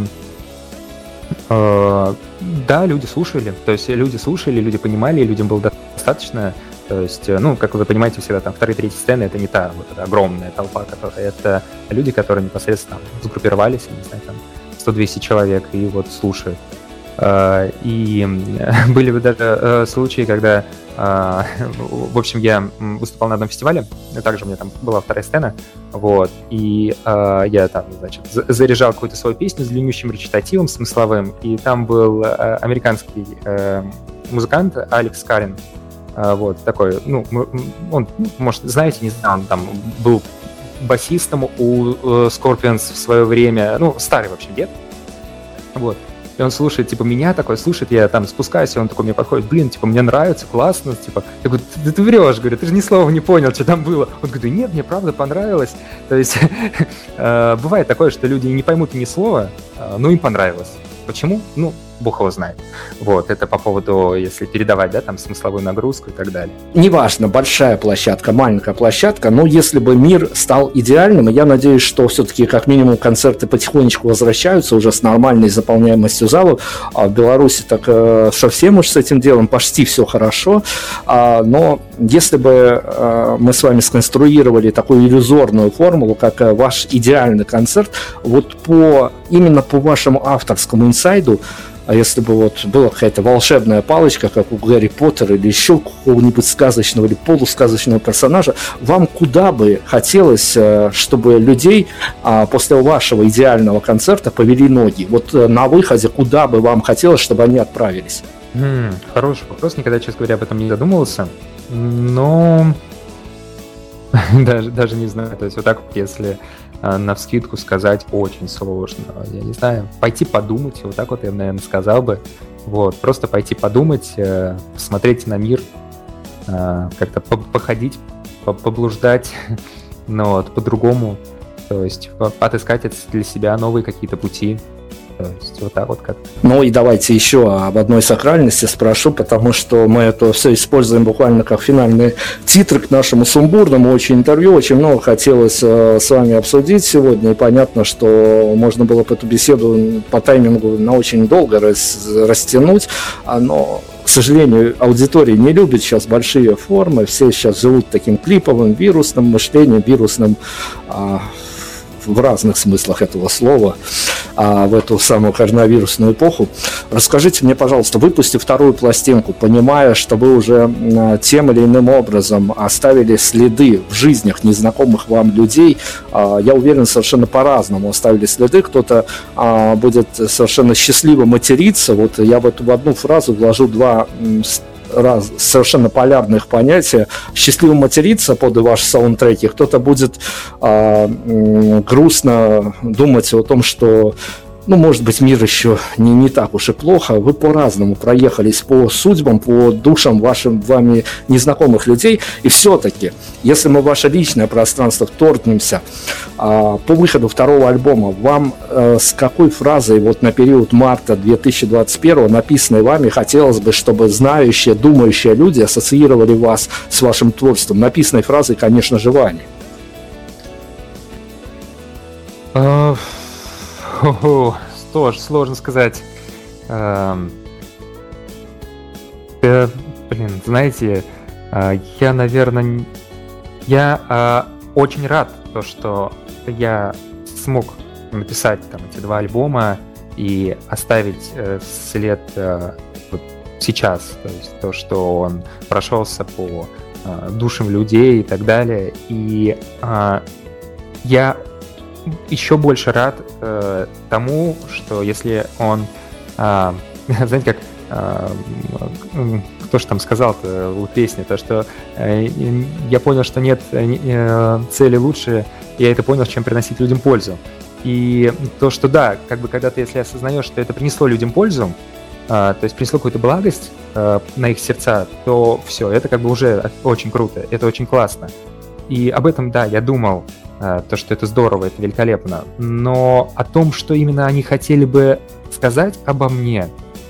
да, люди слушали, то есть люди понимали, и людям было достаточно, то есть, ну, как вы понимаете, всегда там вторые, третьи сцены, это не та вот эта огромная толпа, это люди, которые непосредственно там сгруппировались, не знаю, там 100-200 человек, и вот слушают. И были бы даже случаи, когда, в общем, я выступал на одном фестивале, также у меня там была вторая сцена, вот, и я там, значит, заряжал какую-то свою песню с длиннющим речитативом смысловым, и там был американский музыкант Алекс Карин, вот, такой, ну, он, может, знаете, не знаю, он там был басистом у Scorpions в свое время, ну, старый, в общем, дед, вот. И он слушает, типа, меня такой, слушает, я там спускаюсь, и он такой мне подходит, блин, типа, мне нравится, классно, типа. Я говорю, да ты врешь, говорю, ты же ни слова не понял, что там было. Он говорит, нет, мне правда понравилось. То есть, бывает такое, что люди не поймут ни слова, но им понравилось. Почему? Ну, бог его знает. Вот, это по поводу, если передавать, да, там, смысловую нагрузку и так далее. Неважно, большая площадка, маленькая площадка, но если бы мир стал идеальным, и я надеюсь, что все-таки как минимум концерты потихонечку возвращаются уже с нормальной заполняемостью залов, а в Беларуси так совсем уж с этим делом почти все хорошо, но если бы мы с вами сконструировали такую иллюзорную формулу, как ваш идеальный концерт, вот именно по вашему авторскому инсайду, а если бы вот была какая-то волшебная палочка, как у Гарри Поттера или еще какого-нибудь сказочного или полусказочного персонажа, вам куда бы хотелось, чтобы людей после вашего идеального концерта повели ноги? Вот на выходе куда бы вам хотелось, чтобы они отправились? Хороший вопрос, никогда, честно говоря, об этом не задумывался, но даже не знаю, то есть вот так вот, если навскидку сказать, очень сложно, я не знаю, пойти подумать, вот так вот я, наверное, сказал бы, вот, просто пойти подумать, посмотреть на мир, как-то походить, поблуждать, но вот, по-другому, то есть отыскать для себя новые какие-то пути, То есть вот так вот как-то. Ну и давайте еще об одной сакральности спрошу, потому что мы это все используем буквально как финальный титр к нашему сумбурному очень интервью. Очень много хотелось с вами обсудить сегодня, и понятно, что можно было бы эту беседу по таймингу на очень долго растянуть, но, к сожалению, аудитория не любит сейчас большие формы, все сейчас живут таким клиповым, вирусным мышлением, вирусным в разных смыслах этого слова, в эту самую коронавирусную эпоху. Расскажите мне, пожалуйста, выпустив вторую пластинку, понимая, что вы уже тем или иным образом оставили следы в жизнях незнакомых вам людей, я уверен, совершенно по-разному оставили следы. Кто-то будет совершенно счастливо материться. Вот я в одну фразу вложу два совершенно полярных понятия. Счастливо материться под ваши саундтреки, кто-то будет грустно думать о том, что может быть, мир еще не так уж и плохо. Вы по-разному проехались по судьбам, по душам вами незнакомых людей. И все-таки, если мы в ваше личное пространство вторгнемся, по выходу второго альбома, вам с какой фразой вот на период марта 2021, написанной вами, хотелось бы, чтобы знающие, думающие люди ассоциировали вас с вашим творчеством? Написанной фразой, конечно же, Вани. Тоже сложно сказать. Знаете, я, наверное, очень рад, что я смог написать эти два альбома и оставить след вот сейчас. То есть то, что он прошелся по душам людей и так далее. И я еще больше рад тому, что если он, знаете, как кто же там сказал-то у песни, то, что я понял, что нет цели лучше, я это понял, чем приносить людям пользу. И то, что да, когда ты, если осознаешь, что это принесло людям пользу, то есть принесло какую-то благость на их сердца, то все, это уже очень круто, это очень классно. И об этом, да, я думал, то, что это здорово, это великолепно. Но о том, что именно они хотели бы сказать обо мне,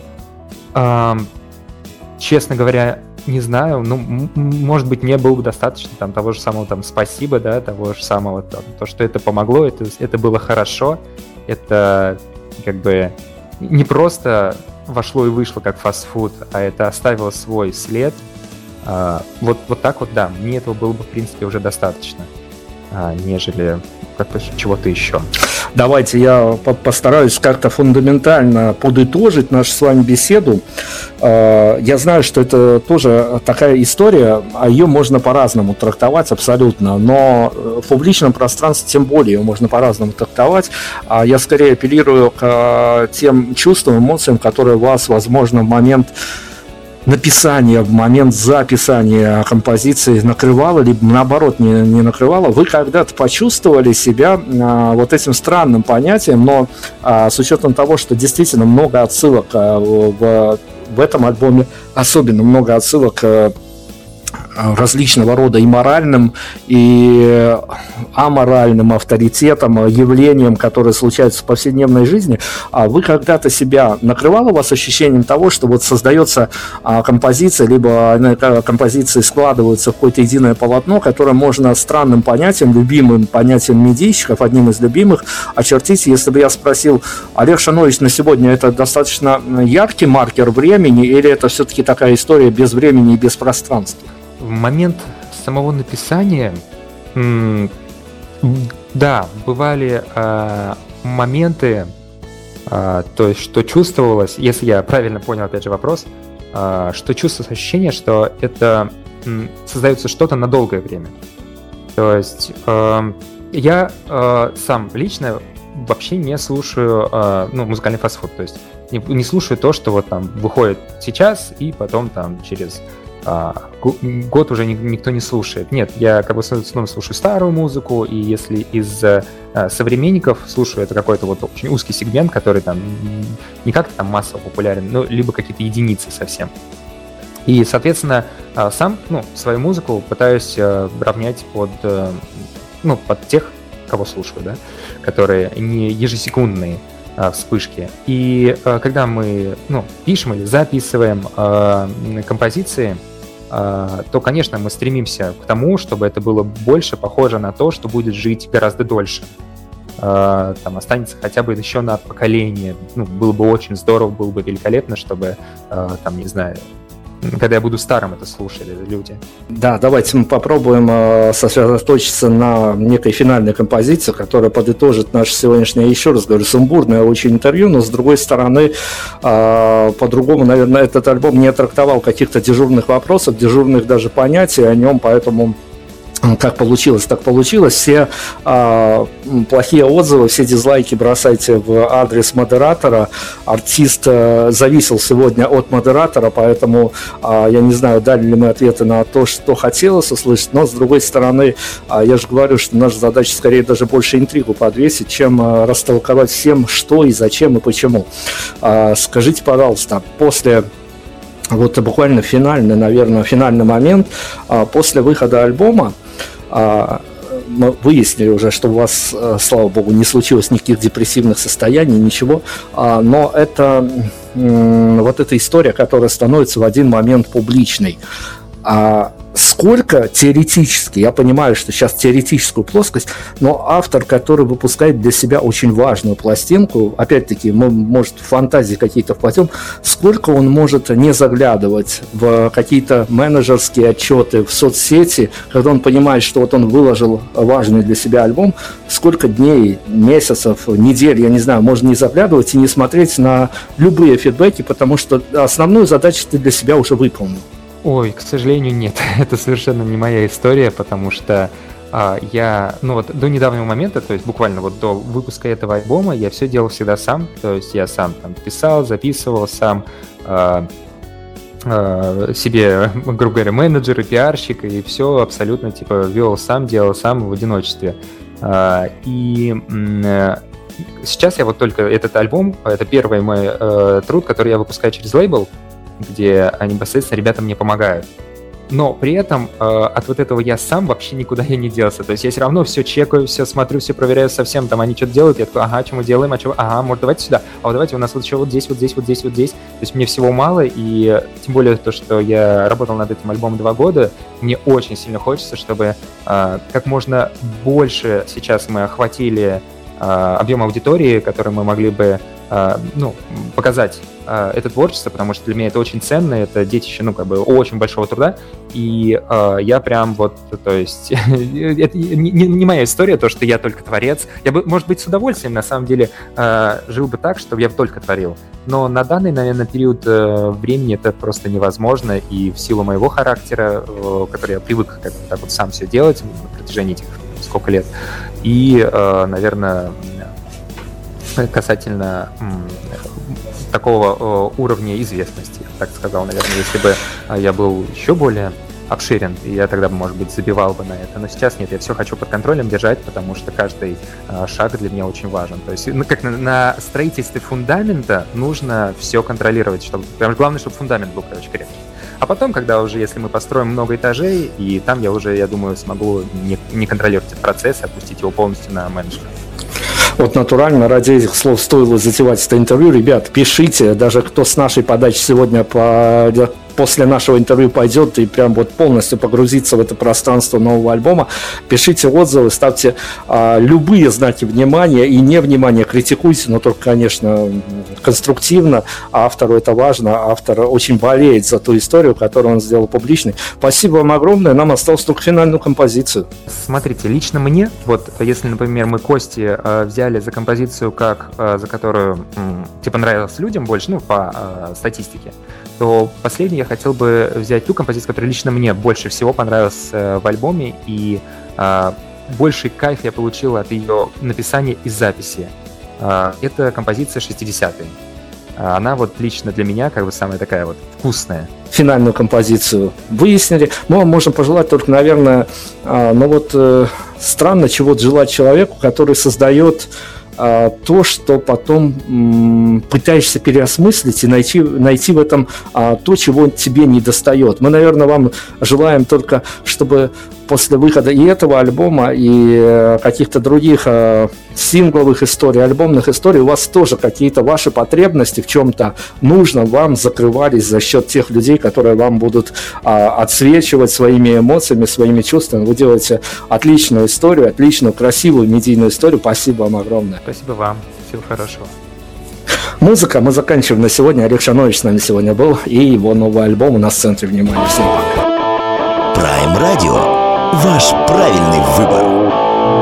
честно говоря, не знаю. Может быть, мне было бы достаточно того же самого спасибо, да, того же самого, то, что это помогло, это было хорошо. Это не просто вошло и вышло как фастфуд, а это оставило свой след. Вот так вот, да, мне этого было бы, в принципе, уже достаточно, нежели чего-то еще. Давайте я постараюсь как-то фундаментально подытожить нашу с вами беседу. Я знаю, что это тоже такая история, а ее можно по-разному трактовать абсолютно, но в публичном пространстве тем более ее можно по-разному трактовать. Я скорее апеллирую к тем чувствам, эмоциям, которые вас, возможно, в момент написания, в момент записания композиции накрывало, либо наоборот не накрывало, вы когда-то почувствовали себя вот этим странным понятием, но с учетом того, что действительно много отсылок в этом альбоме, особенно много отсылок различного рода и моральным, и аморальным авторитетом, явлениям, которые случаются в повседневной жизни, вы когда-то себя накрывало вас ощущением того, что вот создается композиция, либо композиции складываются в какое-то единое полотно, которое можно странным понятием, любимым понятием медийщиков, одним из любимых, очертить. Если бы я спросил, Олег Шанович, на сегодня это достаточно яркий маркер времени, или это все-таки такая история без времени и без пространства? В момент самого написания, да, бывали моменты, то есть что чувствовалось, если я правильно понял, опять же, вопрос, что чувствовалось ощущение, что это создается что-то на долгое время. То есть я сам лично вообще не слушаю музыкальный фастфуд, то есть не слушаю то, что вот там выходит сейчас и потом там через год уже никто не слушает. Нет, я в основном слушаю старую музыку, и если из современников слушаю, это какой-то вот очень узкий сегмент, который там не как-то там массово популярен, но либо какие-то единицы совсем. И, соответственно, сам свою музыку пытаюсь равнять под тех, кого слушаю, да, которые не ежесекундные. вспышки. И когда мы пишем или записываем композиции, то, конечно, мы стремимся к тому, чтобы это было больше похоже на то, что будет жить гораздо дольше. Там останется хотя бы еще на поколение. Было бы очень здорово, было бы великолепно, чтобы, не знаю, когда я буду старым, это слушали люди. Да, давайте мы попробуем сосредоточиться на некой финальной композиции, которая подытожит наше сегодняшнее, еще раз говорю, сумбурное очень интервью, но с другой стороны, по-другому, наверное, этот альбом не трактовал каких-то дежурных вопросов, дежурных даже понятий о нем, поэтому как получилось, так получилось. Все плохие отзывы, все дизлайки бросайте в адрес модератора. Артист зависел сегодня от модератора, поэтому я не знаю, дали ли мы ответы на то, что хотелось услышать, но с другой стороны, я же говорю, что наша задача скорее даже больше интригу подвесить, чем растолковать всем, что и зачем и почему. Скажите, пожалуйста, после... Вот буквально финальный момент после выхода альбома. Мы выяснили уже, что у вас, слава богу, не случилось никаких депрессивных состояний, ничего, но это вот эта история, которая становится в один момент публичной. Сколько теоретически, я понимаю, что сейчас теоретическую плоскость, но автор, который выпускает для себя очень важную пластинку, опять-таки, мы, может, в фантазии какие-то вплотем, сколько он может не заглядывать в какие-то менеджерские отчеты в соцсети, когда он понимает, что вот он выложил важный для себя альбом, сколько дней, месяцев, недель, я не знаю, можно не заглядывать и не смотреть на любые фидбэки, потому что основную задачу ты для себя уже выполнил. Ой, к сожалению, нет. Это совершенно не моя история, потому что я, до недавнего момента, то есть буквально вот до выпуска этого альбома, я все делал всегда сам. То есть я сам там писал, записывал, сам себе, грубо говоря, менеджер и пиарщик, и все абсолютно вел сам, делал сам в одиночестве. И сейчас я вот только этот альбом, это первый мой труд, который я выпускаю через лейбл, где непосредственно ребята мне помогают. Но при этом от вот этого я сам вообще никуда я не делся. То есть я все равно все чекаю, все смотрю, все проверяю совсем. Там они что-то делают, я такой, что мы делаем, может, давайте сюда. Вот давайте у нас вот еще вот здесь. То есть мне всего мало, и тем более то, что я работал над этим альбомом 2 года, мне очень сильно хочется, чтобы как можно больше сейчас мы охватили объем аудитории, который мы могли бы показать это творчество, потому что для меня это очень ценно, это детище, очень большого труда, и я прям то есть, это не моя история, то, что я только творец. Я бы, может быть, с удовольствием, на самом деле, жил бы так, чтобы я только творил, но на данный, наверное, период времени это просто невозможно, и в силу моего характера, который я привык так вот сам все делать на протяжении этих сколько лет, и, наверное, касательно такого уровня известности, так сказал, наверное, если бы я был еще более обширен, и я тогда, может быть, забивал бы на это. Но сейчас нет, я все хочу под контролем держать, потому что каждый шаг для меня очень важен. То есть, как на строительстве фундамента нужно все контролировать, чтобы главное, чтобы фундамент был, крепкий. А потом, когда уже, если мы построим много этажей, и там я уже, я думаю, смогу не контролировать этот процесс, отпустить его полностью на менеджера. Вот натурально ради этих слов стоило затевать это интервью. Ребят, пишите, даже кто с нашей подачи сегодня после нашего интервью пойдет и прям вот полностью погрузиться в это пространство нового альбома. Пишите отзывы, ставьте любые знаки внимания и невнимания, критикуйте, но только, конечно, конструктивно. Автору это важно, автор очень болеет за ту историю, которую он сделал публичной. Спасибо вам огромное, нам осталось только финальную композицию. Смотрите, лично мне, вот если, например, мы Кости взяли за композицию, за которую нравилось людям больше, по статистике, то последний я хотел бы взять ту композицию, которая лично мне больше всего понравилась в альбоме, и больший кайф я получил от ее написания и записи. Это композиция «60-е». Она вот лично для меня самая такая вот вкусная. Финальную композицию выяснили. Мы вам можем пожелать только, наверное, странно чего-то желать человеку, который создает то, что потом пытаешься переосмыслить и найти в этом то, чего тебе не достает. Мы, наверное, вам желаем только, чтобы после выхода и этого альбома, и каких-то других сингловых историй, альбомных историй, у вас тоже какие-то ваши потребности в чем-то нужном вам закрывались за счет тех людей, которые вам будут отсвечивать своими эмоциями, своими чувствами. Вы делаете отличную историю, отличную, красивую медийную историю. Спасибо вам огромное. Спасибо вам. Всего хорошего. Музыка. Мы заканчиваем на сегодня. Олег Шанович с нами сегодня был, и его новый альбом у нас в центре внимания. Всем пока. Prime Radio. Ваш правильный выбор.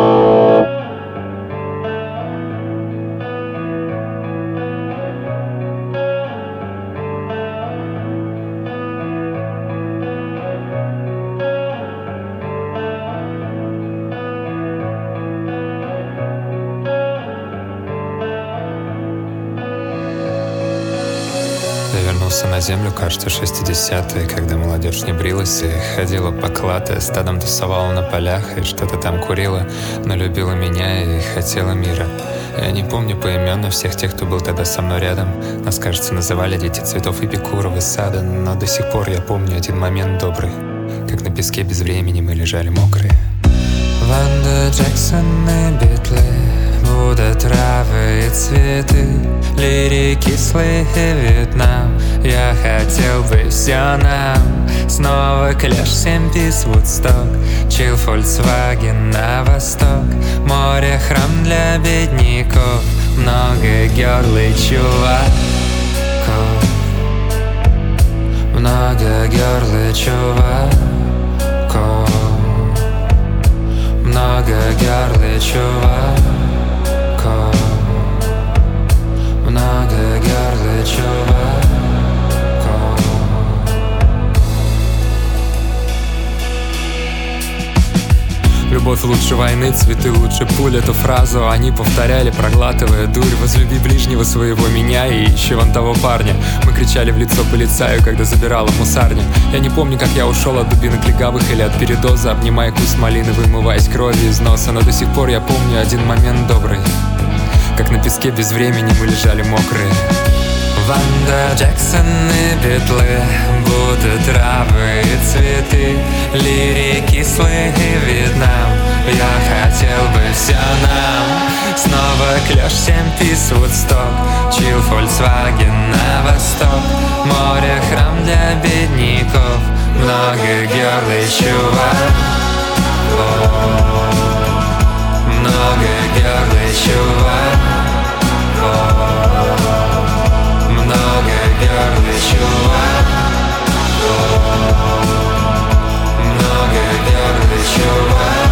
На землю, кажется, 60-е, когда молодежь не брилась и ходила поклатая, стадом тусовала на полях и что-то там курила, но любила меня и хотела мира. Я не помню поименно всех тех, кто был тогда со мной рядом. Нас, кажется, называли дети цветов Эпикуров из сада, но до сих пор я помню один момент добрый, как на песке без времени мы лежали мокрые. Ванда Джексон и Битли, будут травы и цветы, лирики, кислый Вьетнам. Я хотел бы все нам. Снова Клэш, 7-пис, Вудсток, чил, Фольксваген на восток. Море, храм для бедняков, много герл и чуваков. Много герл и чуваков. Много герл и чуваков. Много герл и чуваков. Любовь лучше войны, цветы лучше пуль. Эту фразу они повторяли, проглатывая дурь. Возлюби ближнего своего, меня и ищи вон того парня. Мы кричали в лицо полицаю, когда забирала мусарня. Я не помню, как я ушел от дубинок легавых или от передоза, обнимая куст малины, вымываясь кровью из носа. Но до сих пор я помню один момент добрый, как на песке без времени мы лежали мокрые. Ванда Джексон и Битлы, будут травы и цветы, лирики, кислый Вьетнам. Я хотел бы все нам. Снова Клэш, 7-пис, Вудсток, чил, Фольксваген на восток. Море, храм для бедняков, много герл и чуваков. Много герл и чуваков. Много герл и чуваков. Много герл и чуваков.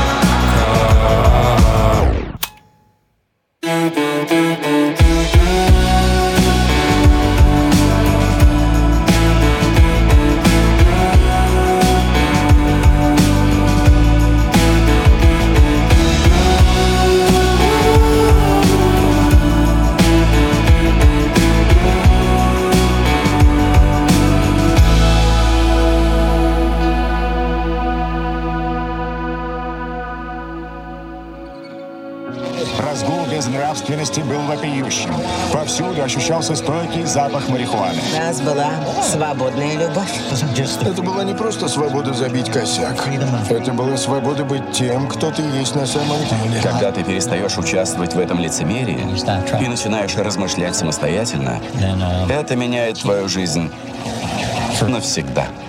Был вопиющим. Повсюду ощущался стойкий запах марихуаны. У нас была свободная любовь. Это была не просто свобода забить косяк. Это была свобода быть тем, кто ты есть на самом деле. Когда ты перестаешь участвовать в этом лицемерии и начинаешь размышлять самостоятельно, это меняет твою жизнь навсегда.